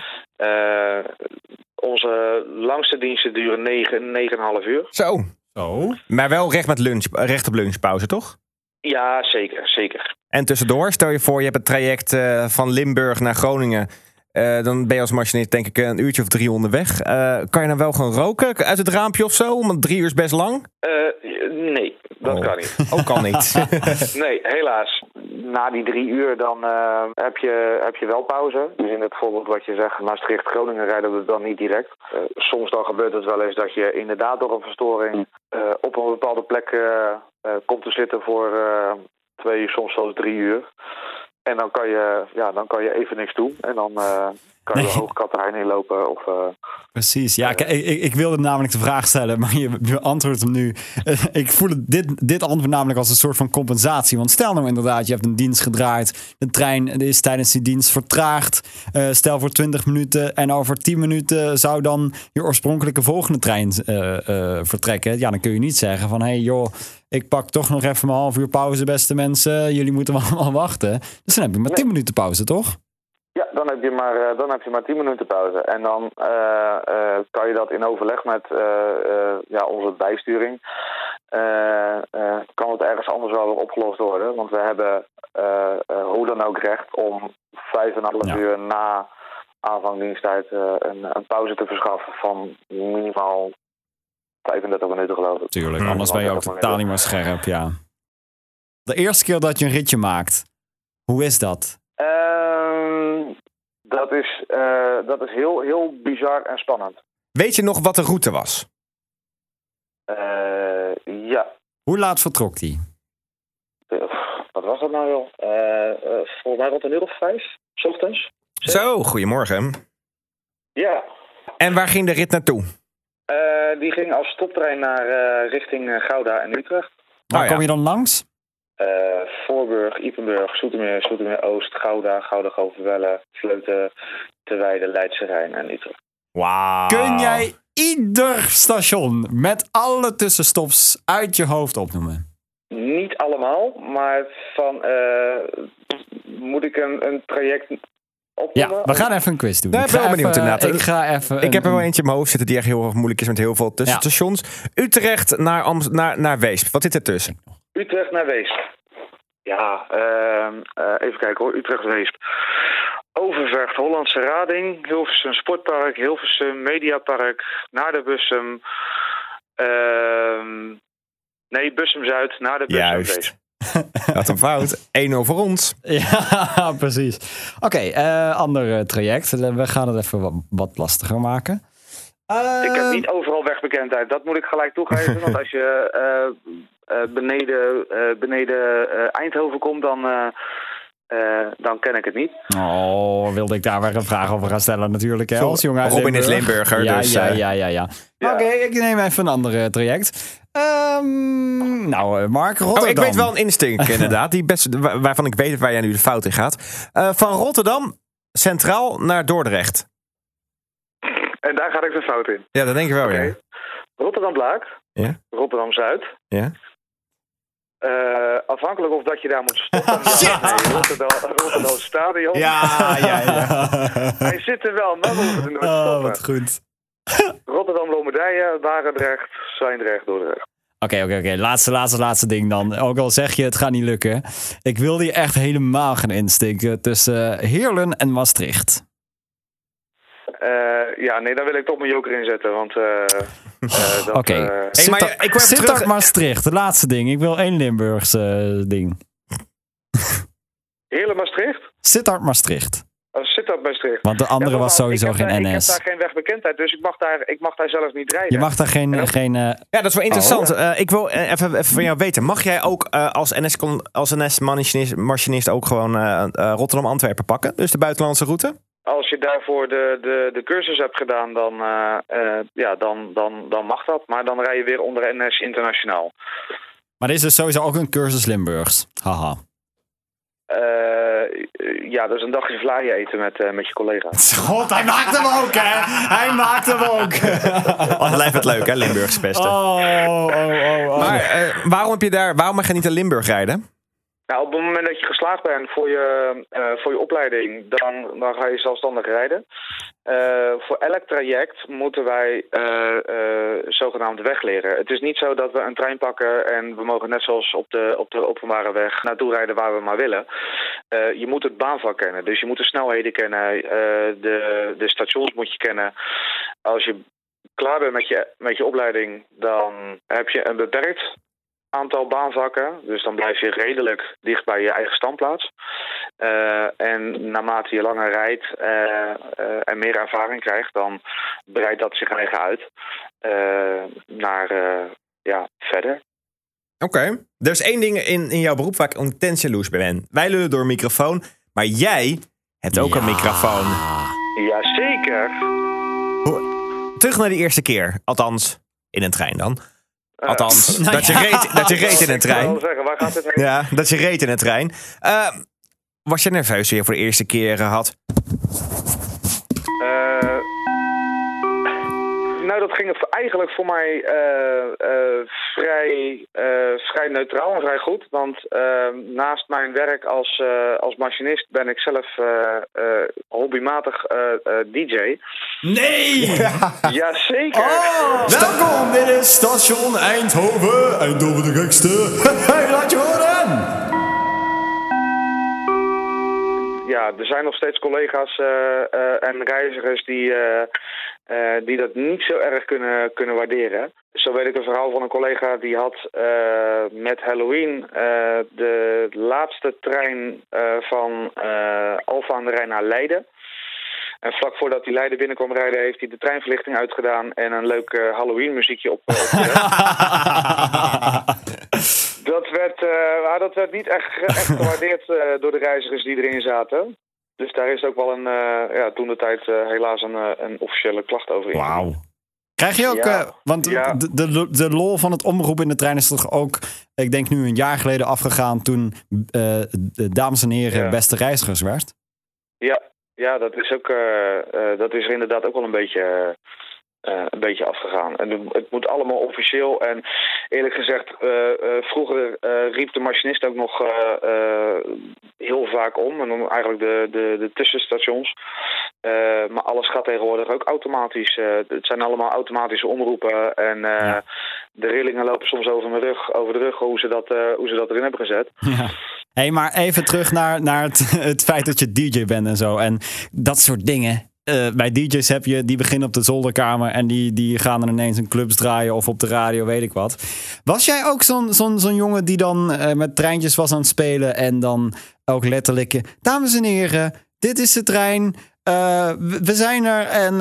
Onze langste diensten duren 9,5 uur. Zo. Maar wel recht op lunchpauze, toch? Ja, zeker. En tussendoor, stel je voor, je hebt het traject van Limburg naar Groningen. Dan ben je als machinist denk ik een uurtje of 3 onderweg. Kan je dan wel gaan roken uit het raampje of zo? Want 3 uur is best lang. Nee, dat kan niet. Ook kan niet. Nee, helaas. Na die 3 uur dan heb je wel pauze. Dus in het voorbeeld wat je zegt, Maastricht-Groningen rijden we dan niet direct. Soms dan gebeurt het wel eens dat je inderdaad door een verstoring op een bepaalde plek komt te zitten voor 2 uur, soms zelfs 3 uur. En dan kan je even niks doen. En dan kan je hoog Katerijn inlopen. Precies. Ja, ik wilde namelijk de vraag stellen, maar je beantwoordt hem nu. Ik voel dit antwoord namelijk als een soort van compensatie. Want stel nou inderdaad, je hebt een dienst gedraaid. De trein is tijdens die dienst vertraagd. Stel voor 20 minuten en over 10 minuten zou dan je oorspronkelijke volgende trein vertrekken. Ja, dan kun je niet zeggen van, hey joh, ik pak toch nog even mijn half uur pauze, beste mensen. Jullie moeten wel wachten. Dus dan heb je maar 10 minuten pauze, toch? Ja, dan heb je maar 10 minuten pauze. En dan kan je dat in overleg met onze bijsturing. Kan het ergens anders wel weer opgelost worden. Want we hebben hoe dan ook recht om 5,5 uur na aanvangdiensttijd een pauze te verschaffen van minimaal 35 minuten, geloof ik. Tuurlijk, anders ben je ook totaal niet meer scherp, ja. De eerste keer dat je een ritje maakt, hoe is dat? Dat is heel, heel bizar en spannend. Weet je nog wat de route was? Ja. Hoe laat vertrok die? Wat was dat nou, joh? Volgens mij rond 1 uur of 5, 's ochtends. Zo, goedemorgen. Ja. En waar ging de rit naartoe? Die ging als stoptrein naar richting Gouda en Utrecht. Waar kom je dan langs? Voorburg, Ypenburg, Zoetermeer Oost, Gouda, Gouda-Goverwelle, Vleuten, Tewijde, Leidse Rijn en Utrecht. Wauw. Kun jij ieder station met alle tussenstops uit je hoofd opnoemen? Niet allemaal, maar moet ik een traject opnoemen? Ja, we gaan even een quiz doen. Ik ben wel benieuwd inderdaad. Ik heb er wel eentje in mijn hoofd zitten die echt heel erg moeilijk is met heel veel tussenstations. Utrecht naar Weesp. Wat zit er tussen? Utrecht naar Weesp. Ja, even kijken hoor. Utrecht-Weesp. Overvecht, Hollandse Rading, Hilversum Sportpark, Hilversum Mediapark, Naardenbussum. Bussum-Zuid, Naardenbussum. Juist. Wat een fout. 1-0 voor ons. Ja, precies. Oké, ander traject. We gaan het even wat lastiger maken. Ik heb niet overal wegbekendheid. Dat moet ik gelijk toegeven. Want als je beneden Eindhoven komt, dan ken ik het niet. Oh, wilde ik daar weer een vraag over gaan stellen natuurlijk. Hè, als jongen uit Robin is Limburger. Ja, dus, ja. Oké, ik neem even een ander traject. Mark, Rotterdam. Ik weet wel een instinct inderdaad. Waarvan ik weet waar jij nu de fout in gaat. Van Rotterdam centraal naar Dordrecht. En daar ga ik de fout in. Ja, dat denk ik wel, Okay. ja. Rotterdam-Blaak. Ja. Rotterdam-Zuid. Ja. Afhankelijk of dat je daar moet stoppen. Rotterdam Stadion. Ja. Hij zit er wel, maar we hoeven er nooit te stoppen. Wat goed. Rotterdam-Lombardije, Barendrecht, Zwijndrecht, Dordrecht. Oké. Laatste ding dan. Ook al zeg je het gaat niet lukken. Ik wil die echt helemaal gaan instinken tussen Heerlen en Maastricht. Daar wil ik toch mijn joker inzetten. Want Oké. Sittard Maastricht, de laatste ding. Ik wil 1 Limburgse ding. Heerlen Maastricht? Sittard Maastricht. Sittard Maastricht. Want de andere was sowieso geen NS. Ik heb daar geen wegbekendheid, dus ik mag daar zelf niet rijden. Je mag daar geen Ja, dat is wel interessant. Ik wil even van jou weten. Mag jij ook als NS-machinist ook gewoon Rotterdam-Antwerpen pakken? Dus de buitenlandse route? Als je daarvoor de cursus hebt gedaan, dan mag dat. Maar dan rij je weer onder NS Internationaal. Maar dit is dus sowieso ook een cursus Limburgs. Haha. Dus een dagje vlaaien eten met je collega's. God, hij maakt hem ook, hè? Hij maakt hem ook. Dan blijft het leuk, hè? Limburgs pesten. Oh. Maar waarom mag je niet in Limburg rijden? Nou, op het moment dat je geslaagd bent voor je opleiding, dan ga je zelfstandig rijden. Voor elk traject moeten wij zogenaamd wegleren. Het is niet zo dat we een trein pakken en we mogen net zoals op de openbare weg naartoe rijden waar we maar willen. Je moet het baanvak kennen. Dus je moet de snelheden kennen, de stations moet je kennen. Als je klaar bent met je opleiding, dan heb je een beperkt aantal baanvakken. Dus dan blijf je redelijk dicht bij je eigen standplaats. En naarmate je langer rijdt en meer ervaring krijgt, dan breidt dat zich eigen uit naar verder. Oké. Er is één ding in jouw beroep waar ik intens jaloers bij ben. Wij lullen door een microfoon, maar jij hebt ook een microfoon. Jazeker. Terug naar die eerste keer. Althans, in een trein dan. Althans, dat je reed in een trein. Ik wil zeggen, waar gaat het heen? Ja, dat je reed in een trein. Was je nerveus toen je voor de eerste keer had? Dat ging eigenlijk voor mij vrij neutraal en vrij goed. Want naast mijn werk als machinist ben ik zelf hobbymatig DJ. Nee! Jazeker! Welkom, dit is station Eindhoven. Eindhoven de gekste. Hey, laat je horen! Ja, er zijn nog steeds collega's en reizigers die dat niet zo erg kunnen waarderen. Zo weet ik een verhaal van een collega die had met Halloween de laatste trein van Alphen aan de Rijn naar Leiden. En vlak voordat hij Leiden binnen kwam rijden, heeft hij de treinverlichting uitgedaan en een leuk Halloween muziekje opgezet. Dat werd niet echt gewaardeerd door de reizigers die erin zaten. Dus daar is ook wel toentertijd helaas een officiële klacht over in. Wauw. Krijg je ook, want de lol van het omroep in de trein is toch ook, ik denk nu een jaar geleden afgegaan toen de dames en heren beste reizigers werd? Ja, dat is ook, dat is er inderdaad ook wel een beetje afgegaan. En het moet allemaal officieel. En eerlijk gezegd, vroeger riep de machinist ook nog heel vaak om. En dan eigenlijk de tussenstations. Maar alles gaat tegenwoordig ook automatisch. Het zijn allemaal automatische omroepen. En de rillingen lopen soms over de rug hoe ze dat erin hebben gezet. Ja. Hey, maar even terug naar het feit dat je DJ bent en zo. En dat soort dingen. Bij DJ's heb je, die beginnen op de zolderkamer en die gaan dan ineens in clubs draaien of op de radio, weet ik wat. Was jij ook zo'n jongen die dan met treintjes was aan het spelen en dan ook letterlijk, dames en heren, dit is de trein, we zijn er en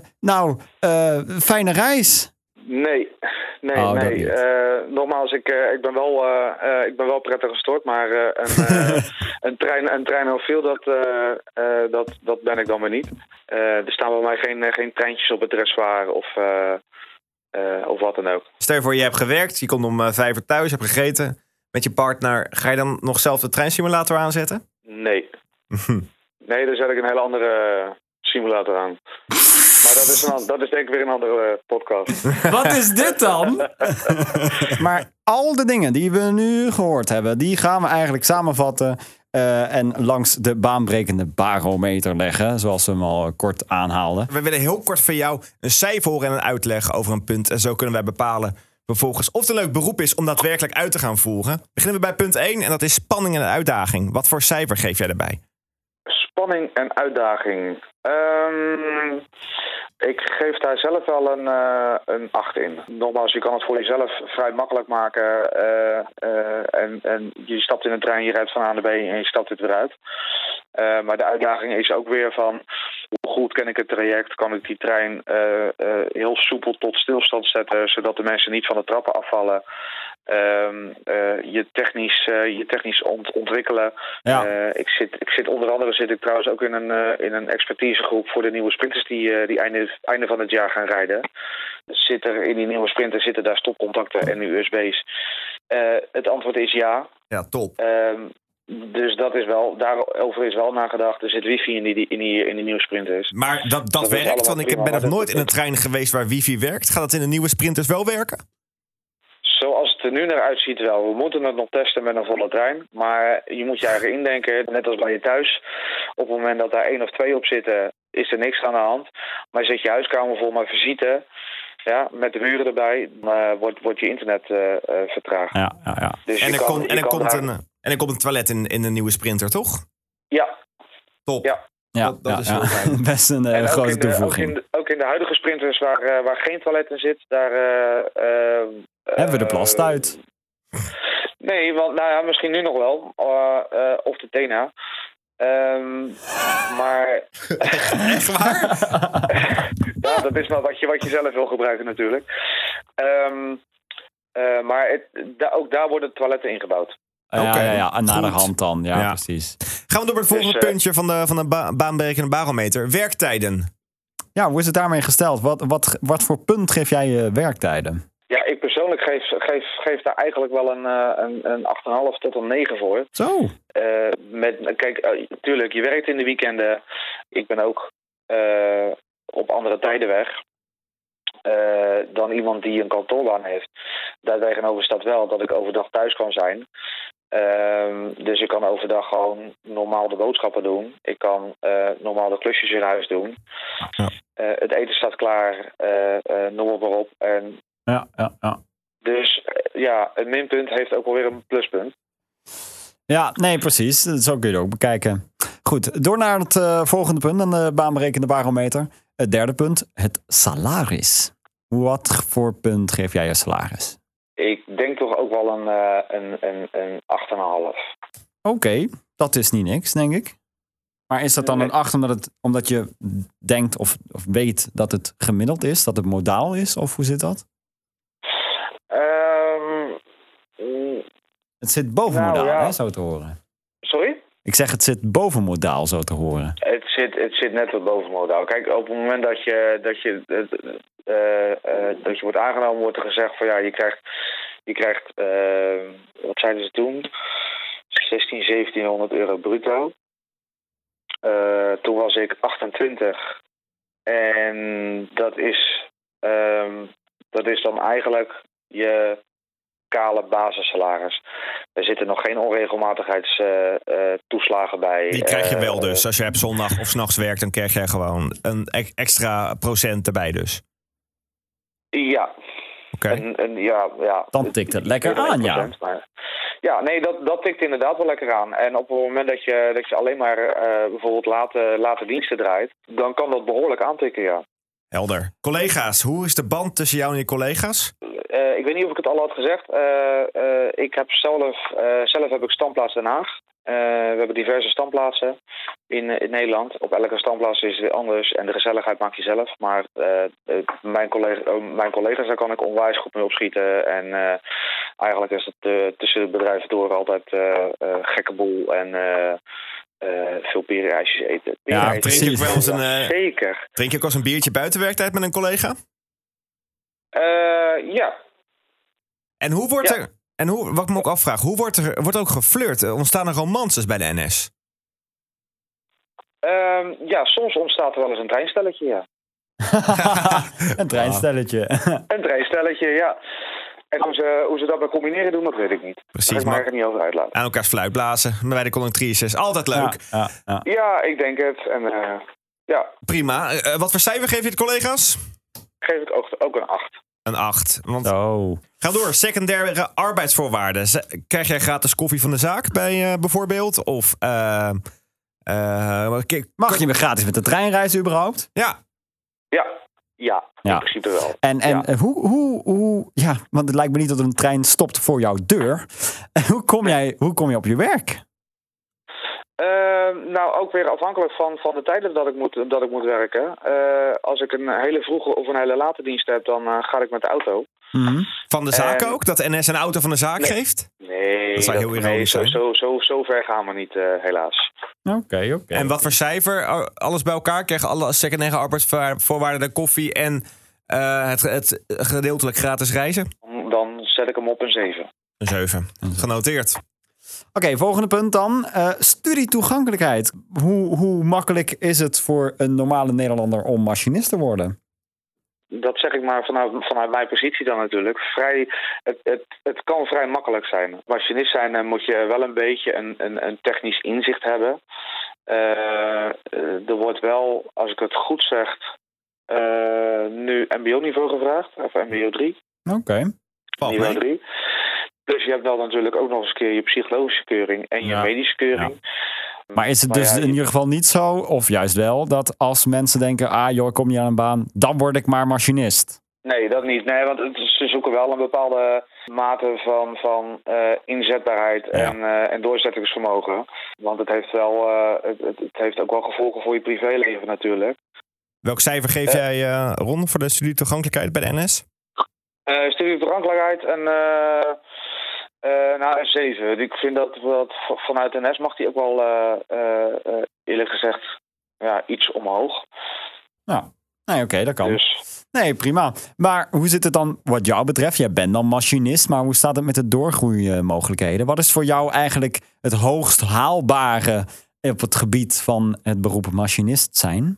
fijne reis. Nee. Nogmaals, ik ben wel prettig gestoord, maar een trein heel veel, dat ben ik dan weer niet. Er staan bij mij geen treintjes op het dressoir of wat dan ook. Stel je voor, je hebt gewerkt, je komt om 5 uur thuis, hebt gegeten met je partner. Ga je dan nog zelf de treinsimulator aanzetten? Nee. Nee, daar zet ik een hele andere simulator aan. Maar dat is denk ik weer een andere podcast. Wat is dit dan? Maar al de dingen die we nu gehoord hebben, die gaan we eigenlijk samenvatten en langs de baanbrekende barometer leggen, zoals we hem al kort aanhaalden. We willen heel kort van jou een cijfer horen en een uitleg over een punt. En zo kunnen wij bepalen vervolgens of het een leuk beroep is om daadwerkelijk uit te gaan voeren. Beginnen we bij punt 1 en dat is spanning en uitdaging. Wat voor cijfer geef jij daarbij? Spanning en uitdaging. Ik geef daar zelf wel een 8 in. Nogmaals, je kan het voor jezelf vrij makkelijk maken. En je stapt in een trein, je rijdt van A naar B en je stapt het weer uit. Maar de uitdaging is ook weer van hoe goed ken ik het traject? Kan ik die trein heel soepel tot stilstand zetten, zodat de mensen niet van de trappen afvallen? Je technisch ontwikkelen. Ja. Ik zit onder andere trouwens ook in een expertisegroep voor de nieuwe sprinters die einde van het jaar gaan rijden. In die nieuwe sprinters zitten daar stopcontacten en USB's. Het antwoord is ja. Ja, top. Dus daarover is wel nagedacht. Er zit wifi in die nieuwe sprinters. Maar dat werkt? Want ik ben nog nooit in een trein geweest waar wifi werkt. Gaat dat in de nieuwe sprinters wel werken? Zoals het er nu naar uitziet wel. We moeten het nog testen met een volle trein. Maar je moet je eigen indenken, net als bij je thuis. Op het moment dat daar 1 of 2 op zitten, is er niks aan de hand. Maar zet je huiskamer vol met visite, met de buren erbij, wordt je internet vertraagd. Ja. Dus er komt een toilet in de nieuwe sprinter, toch? Ja. Top. Ja. Dat is heel fijn. Best een grote toevoeging. Ook in de huidige sprinters waar geen toilet in zit, daar hebben we de plast uit. Nee, want misschien nu nog wel. Of de Tena. Maar... Echt waar? Ja, dat is maar wat je zelf wil gebruiken natuurlijk. Maar ook daar worden toiletten ingebouwd. Ja, naar de hand dan. Ja, precies. Gaan we door met het volgende puntje van de baanbrekende barometer. Werktijden. Ja, hoe is het daarmee gesteld? Wat voor punt geef jij je werktijden? Ja, ik persoonlijk geef daar eigenlijk wel een 8,5 tot een 9 voor. Zo. Kijk, tuurlijk, je werkt in de weekenden. Ik ben ook op andere tijden weg dan iemand die een kantoorbaan heeft. Daartegenover staat wel dat ik overdag thuis kan zijn. Dus ik kan overdag gewoon normaal de boodschappen doen. Ik kan normaal de klusjes in huis doen. Ja. Het eten staat klaar, noem het maar op. En ja. Dus een minpunt heeft ook alweer een pluspunt. Ja, nee, precies. Zo kun je het ook bekijken. Goed, door naar het volgende punt, aan de baanberekende barometer. Het derde punt, het salaris. Wat voor punt geef jij je salaris? Ik denk toch ook wel een 8,5. Oké, dat is niet niks, denk ik. Maar is dat dan een 8 omdat je denkt of weet dat het gemiddeld is? Dat het modaal is? Of hoe zit dat? Het zit boven modaal, zo te horen. Sorry? Ik zeg, het zit boven modaal, zo te horen. Het zit net wat boven modaal. Kijk, op het moment dat je dat je wordt aangenomen, wordt er gezegd van ja, je krijgt wat zeiden ze toen? 1700 euro bruto. Toen was ik 28. En dat is dan eigenlijk je kale basissalaris. Er zitten nog geen onregelmatigheidstoeslagen bij. Die krijg je wel dus. Als je op zondag of 's nachts werkt, dan krijg jij gewoon een extra procent erbij dus. Ja. Oké. Ja. Dan tikt het lekker aan, ja. Maar, ja, nee, dat tikt inderdaad wel lekker aan. En op het moment dat je alleen maar bijvoorbeeld late diensten draait, dan kan dat behoorlijk aantikken, ja. Helder. Collega's, hoe is de band tussen jou en je collega's? Ik weet niet of ik het al had gezegd. Ik heb zelf heb ik standplaats Den Haag. We hebben diverse standplaatsen in Nederland. Op elke standplaats is het anders en de gezelligheid maak je zelf. Maar mijn collega's, daar kan ik onwijs goed mee opschieten. En eigenlijk is het tussen de bedrijven door altijd gekke boel en veel perenijsjes eten. Ja, Drink je ook wel eens zeker. Drink je ook als een biertje buiten werktijd met een collega? Ja. En hoe wordt er... En wat ik me ook afvraag, hoe wordt ook geflirt? Ontstaan er romances bij de NS? Ja, soms ontstaat er wel eens een treinstelletje, ja. Een treinstelletje. Een treinstelletje, ja. En hoe ze dat bij combineren doen, dat weet ik niet. Precies, Daar ga ik me er niet over uitlaten. Aan elkaars fluit blazen, bij de conductrices. Altijd leuk. Ja, ik denk het. En ja. Prima. Wat voor cijfer geef je de collega's? Geef ik ook een 8. Een 8. Want... Oh. Ga door. Secundaire arbeidsvoorwaarden. Krijg jij gratis koffie van de zaak bij bijvoorbeeld? Of mag je weer gratis met de trein reizen überhaupt? Ja. Ja, in principe wel. En hoe ja, want het lijkt me niet dat een trein stopt voor jouw deur. Hoe kom je op je werk? Nou, ook weer afhankelijk van de tijden dat ik moet werken. Als ik een hele vroege of een hele late dienst heb, dan ga ik met de auto. Mm-hmm. Van de zaak ook? Dat NS een auto van de zaak geeft? Nee, dat zou heel ironisch zijn. Zo ver gaan we niet, helaas. Oké. En wat voor cijfer? Alles bij elkaar? Krijgen alle secundaire arbeidsvoorwaarden, de koffie en het gedeeltelijk gratis reizen? Dan zet ik hem op een 7. Een 7. Genoteerd. Oké, volgende punt dan. Studietoegankelijkheid. Hoe makkelijk is het voor een normale Nederlander om machinist te worden? Dat zeg ik maar vanuit mijn positie dan natuurlijk. Het kan vrij makkelijk zijn. Machinist zijn moet je wel een beetje een technisch inzicht hebben. Er wordt wel, als ik het goed zeg, nu mbo-niveau gevraagd. Of mbo 3. Oké. Niveau 3. Dus je hebt wel natuurlijk ook nog eens een keer je psychologische keuring en je medische keuring. Ja. Maar is het dus in ieder geval niet zo, of juist wel, dat als mensen denken, ik kom niet aan een baan, dan word ik maar machinist? Nee, dat niet. Nee, want ze zoeken wel een bepaalde mate van inzetbaarheid en doorzettingsvermogen. Want het heeft wel, het heeft ook wel gevolgen voor je privéleven natuurlijk. Welk cijfer geef jij, Ron, voor de studietoegankelijkheid bij de NS? Studietoegankelijkheid een 7. Ik vind dat vanuit de NS mag die ook wel eerlijk gezegd iets omhoog. Ja, nee, oké, dat kan. Dus. Nee, prima. Maar hoe zit het dan wat jou betreft? Jij bent dan machinist, maar hoe staat het met de doorgroeimogelijkheden? Wat is voor jou eigenlijk het hoogst haalbare op het gebied van het beroep machinist zijn?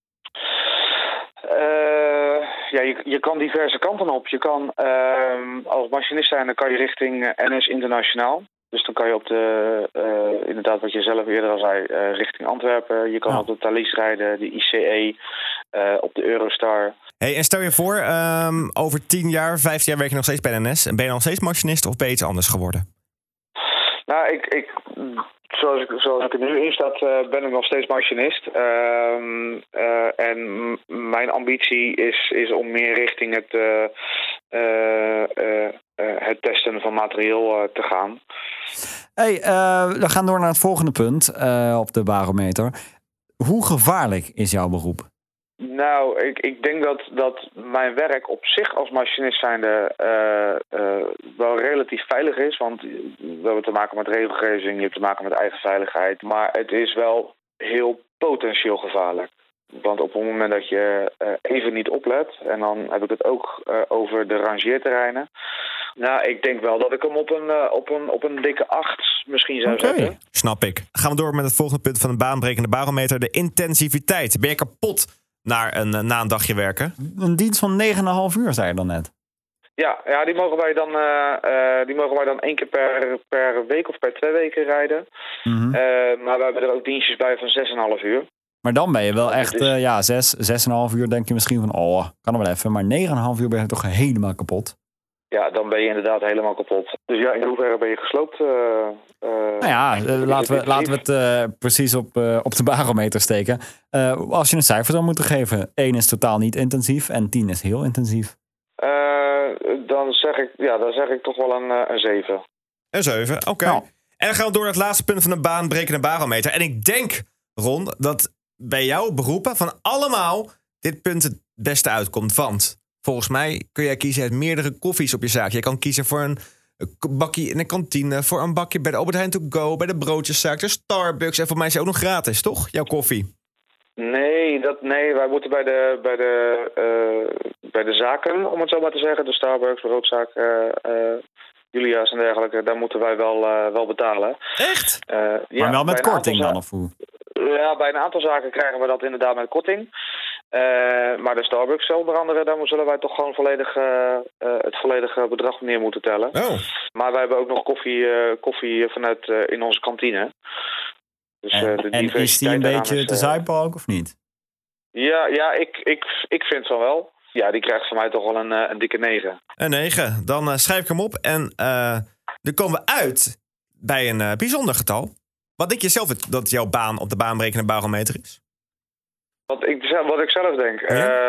Je kan diverse kanten op. Je kan als machinist zijn, dan kan je richting NS Internationaal. Dus dan kan je op inderdaad wat je zelf eerder al zei, richting Antwerpen. Je kan op de Thalys rijden, de ICE, op de Eurostar. Hey, en stel je voor, over 10 jaar, 15 jaar werk je nog steeds bij de NS. En ben je nog steeds machinist of ben je iets anders geworden? Nou, zoals ik er nu in sta, ben ik nog steeds machinist. En mijn ambitie is om meer richting het testen van materieel te gaan. Hey, we gaan door naar het volgende punt op de barometer. Hoe gevaarlijk is jouw beroep? Nou, ik denk dat mijn werk op zich als machinist zijnde wel relatief veilig is. Want we hebben te maken met regelgeving, je hebt te maken met eigen veiligheid. Maar het is wel heel potentieel gevaarlijk. Want op het moment dat je even niet oplet, en dan heb ik het ook over de rangeerterreinen. Nou, ik denk wel dat ik hem op een dikke 8 misschien zou zetten. Snap ik. Gaan we door met het volgende punt van de baanbrekende barometer. De intensiviteit. Ben je kapot na een dagje werken? Een dienst van 9,5 uur, zei je dan net. Ja, die mogen wij dan 1 keer per week of per 2 weken rijden. Mm-hmm. Maar we hebben er ook dienstjes bij van 6,5 uur. Maar dan ben je wel echt, 6,5 uur denk je misschien van, kan er wel even. Maar 9,5 uur ben je toch helemaal kapot. Ja, dan ben je inderdaad helemaal kapot. Dus ja, in hoeverre ben je gesloopt? Laten we het precies op de barometer steken. Als je een cijfer zou moeten geven, 1 is totaal niet intensief en 10 is heel intensief. Dan zeg ik toch wel een 7. Een 7, oké. Nou. En dan gaan we door naar het laatste punt van de baanbrekende barometer. En ik denk, Ron, dat bij jouw beroepen van allemaal dit punt het beste uitkomt. Want volgens mij kun jij kiezen uit meerdere koffies op je zaak. Je kan kiezen voor een bakje in de kantine, voor een bakje bij de Albert Heijn to go, bij de broodjeszaak, de Starbucks. En voor mij is het ook nog gratis, toch? Jouw koffie. Nee, wij moeten bij de zaken, om het zo maar te zeggen, de Starbucks, broodzaak, Julia's en dergelijke, daar moeten wij wel betalen. Echt? Maar wel met korting dan, of hoe? Ja, bij een aantal zaken krijgen we dat inderdaad met korting. Maar de Starbucks onder andere, daar zullen wij toch gewoon het volledige bedrag neer moeten tellen. Oh. Maar wij hebben ook nog koffie vanuit in onze kantine. Dus, en is die een beetje te zuipen ook, of niet? Ja, ik vind van wel. Ja, die krijgt van mij toch wel een dikke 9. Een 9. Dan schrijf ik hem op en dan komen we uit bij een bijzonder getal. Wat denk je zelf dat jouw baan op de baanbrekende barometer is? Wat ik zelf denk?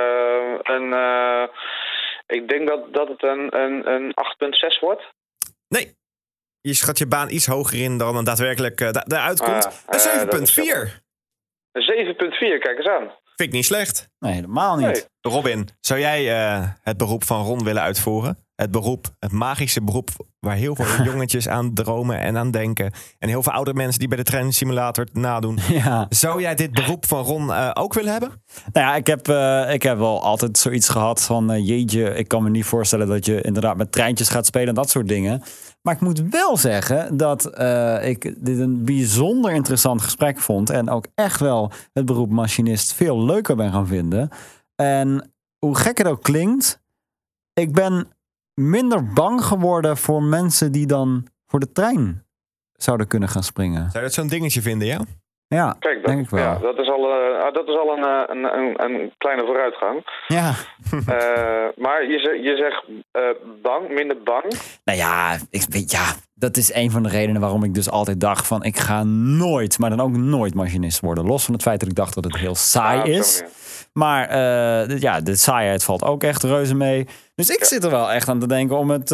Ja? Ik denk dat het een 8,6 wordt. Nee. Je schat je baan iets hoger in dan daadwerkelijk eruit komt. Een 7,4. Een 7,4, kijk eens aan. Vind ik niet slecht. Nee, helemaal niet. Nee. Robin, zou jij het beroep van Ron willen uitvoeren? Het magische beroep waar heel veel jongetjes aan dromen en aan denken. En heel veel oude mensen die bij de treinsimulator het nadoen. Ja. Zou jij dit beroep van Ron ook willen hebben? Nou ja, ik heb wel altijd zoiets gehad van jeetje, ik kan me niet voorstellen dat je inderdaad met treintjes gaat spelen en dat soort dingen. Maar ik moet wel zeggen dat ik dit een bijzonder interessant gesprek vond. En ook echt wel het beroep machinist veel leuker ben gaan vinden. En hoe gek het ook klinkt, ik ben minder bang geworden voor mensen die dan voor de trein zouden kunnen gaan springen. Zou je dat zo'n dingetje vinden, ja? Ja, kijk, denk ik wel. Ja, dat is al een kleine vooruitgang. Ja. Maar je zegt minder bang. Nou ja, dat is een van de redenen waarom ik dus altijd dacht van ik ga nooit, maar dan ook nooit machinist worden. Los van het feit dat ik dacht dat het heel saai is. Maar de saaiheid valt ook echt reuze mee. Dus ik zit er wel echt aan te denken om het...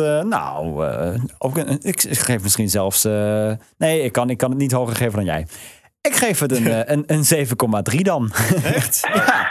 ik geef misschien zelfs... nee, ik kan het niet hoger geven dan jij. Ik geef het een 7,3 dan. Echt? Ja.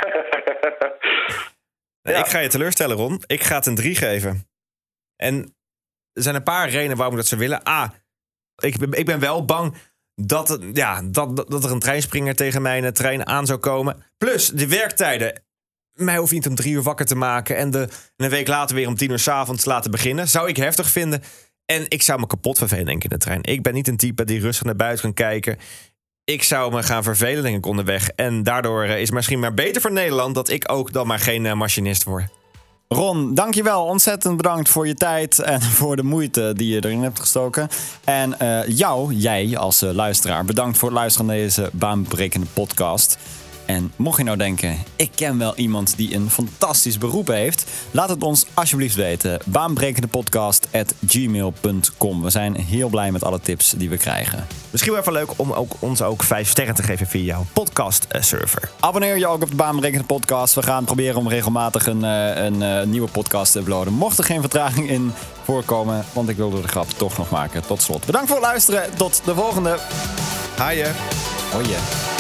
Nee, ik ga je teleurstellen, Ron. Ik ga het een 3 geven. En er zijn een paar redenen waarom ik dat zou willen. Ik ben wel bang dat er een treinspringer tegen mijn trein aan zou komen. Plus de werktijden. Mij hoeft niet om 3 uur wakker te maken en een week later weer om 10 uur 's avonds laten beginnen. Zou ik heftig vinden. En ik zou me kapot vervelen, denk ik, in de trein. Ik ben niet een type die rustig naar buiten kan kijken. Ik zou me gaan vervelen, denk ik, onderweg. En daardoor is het misschien maar beter voor Nederland dat ik ook dan maar geen machinist word. Ron, dankjewel. Ontzettend bedankt voor je tijd en voor de moeite die je erin hebt gestoken. En jij als luisteraar, bedankt voor het luisteren naar deze baanbrekende podcast. En mocht je nou denken, ik ken wel iemand die een fantastisch beroep heeft, laat het ons alsjeblieft weten. baanbrekendepodcast@gmail.com. We zijn heel blij met alle tips die we krijgen. Misschien wel even leuk om ons ook 5 sterren te geven via jouw podcast server. Abonneer je ook op de Baanbrekende podcast. We gaan proberen om regelmatig een nieuwe podcast te uploaden. Mocht er geen vertraging in voorkomen, want ik wilde de grap toch nog maken. Tot slot. Bedankt voor het luisteren. Tot de volgende. Haaien. Hoi.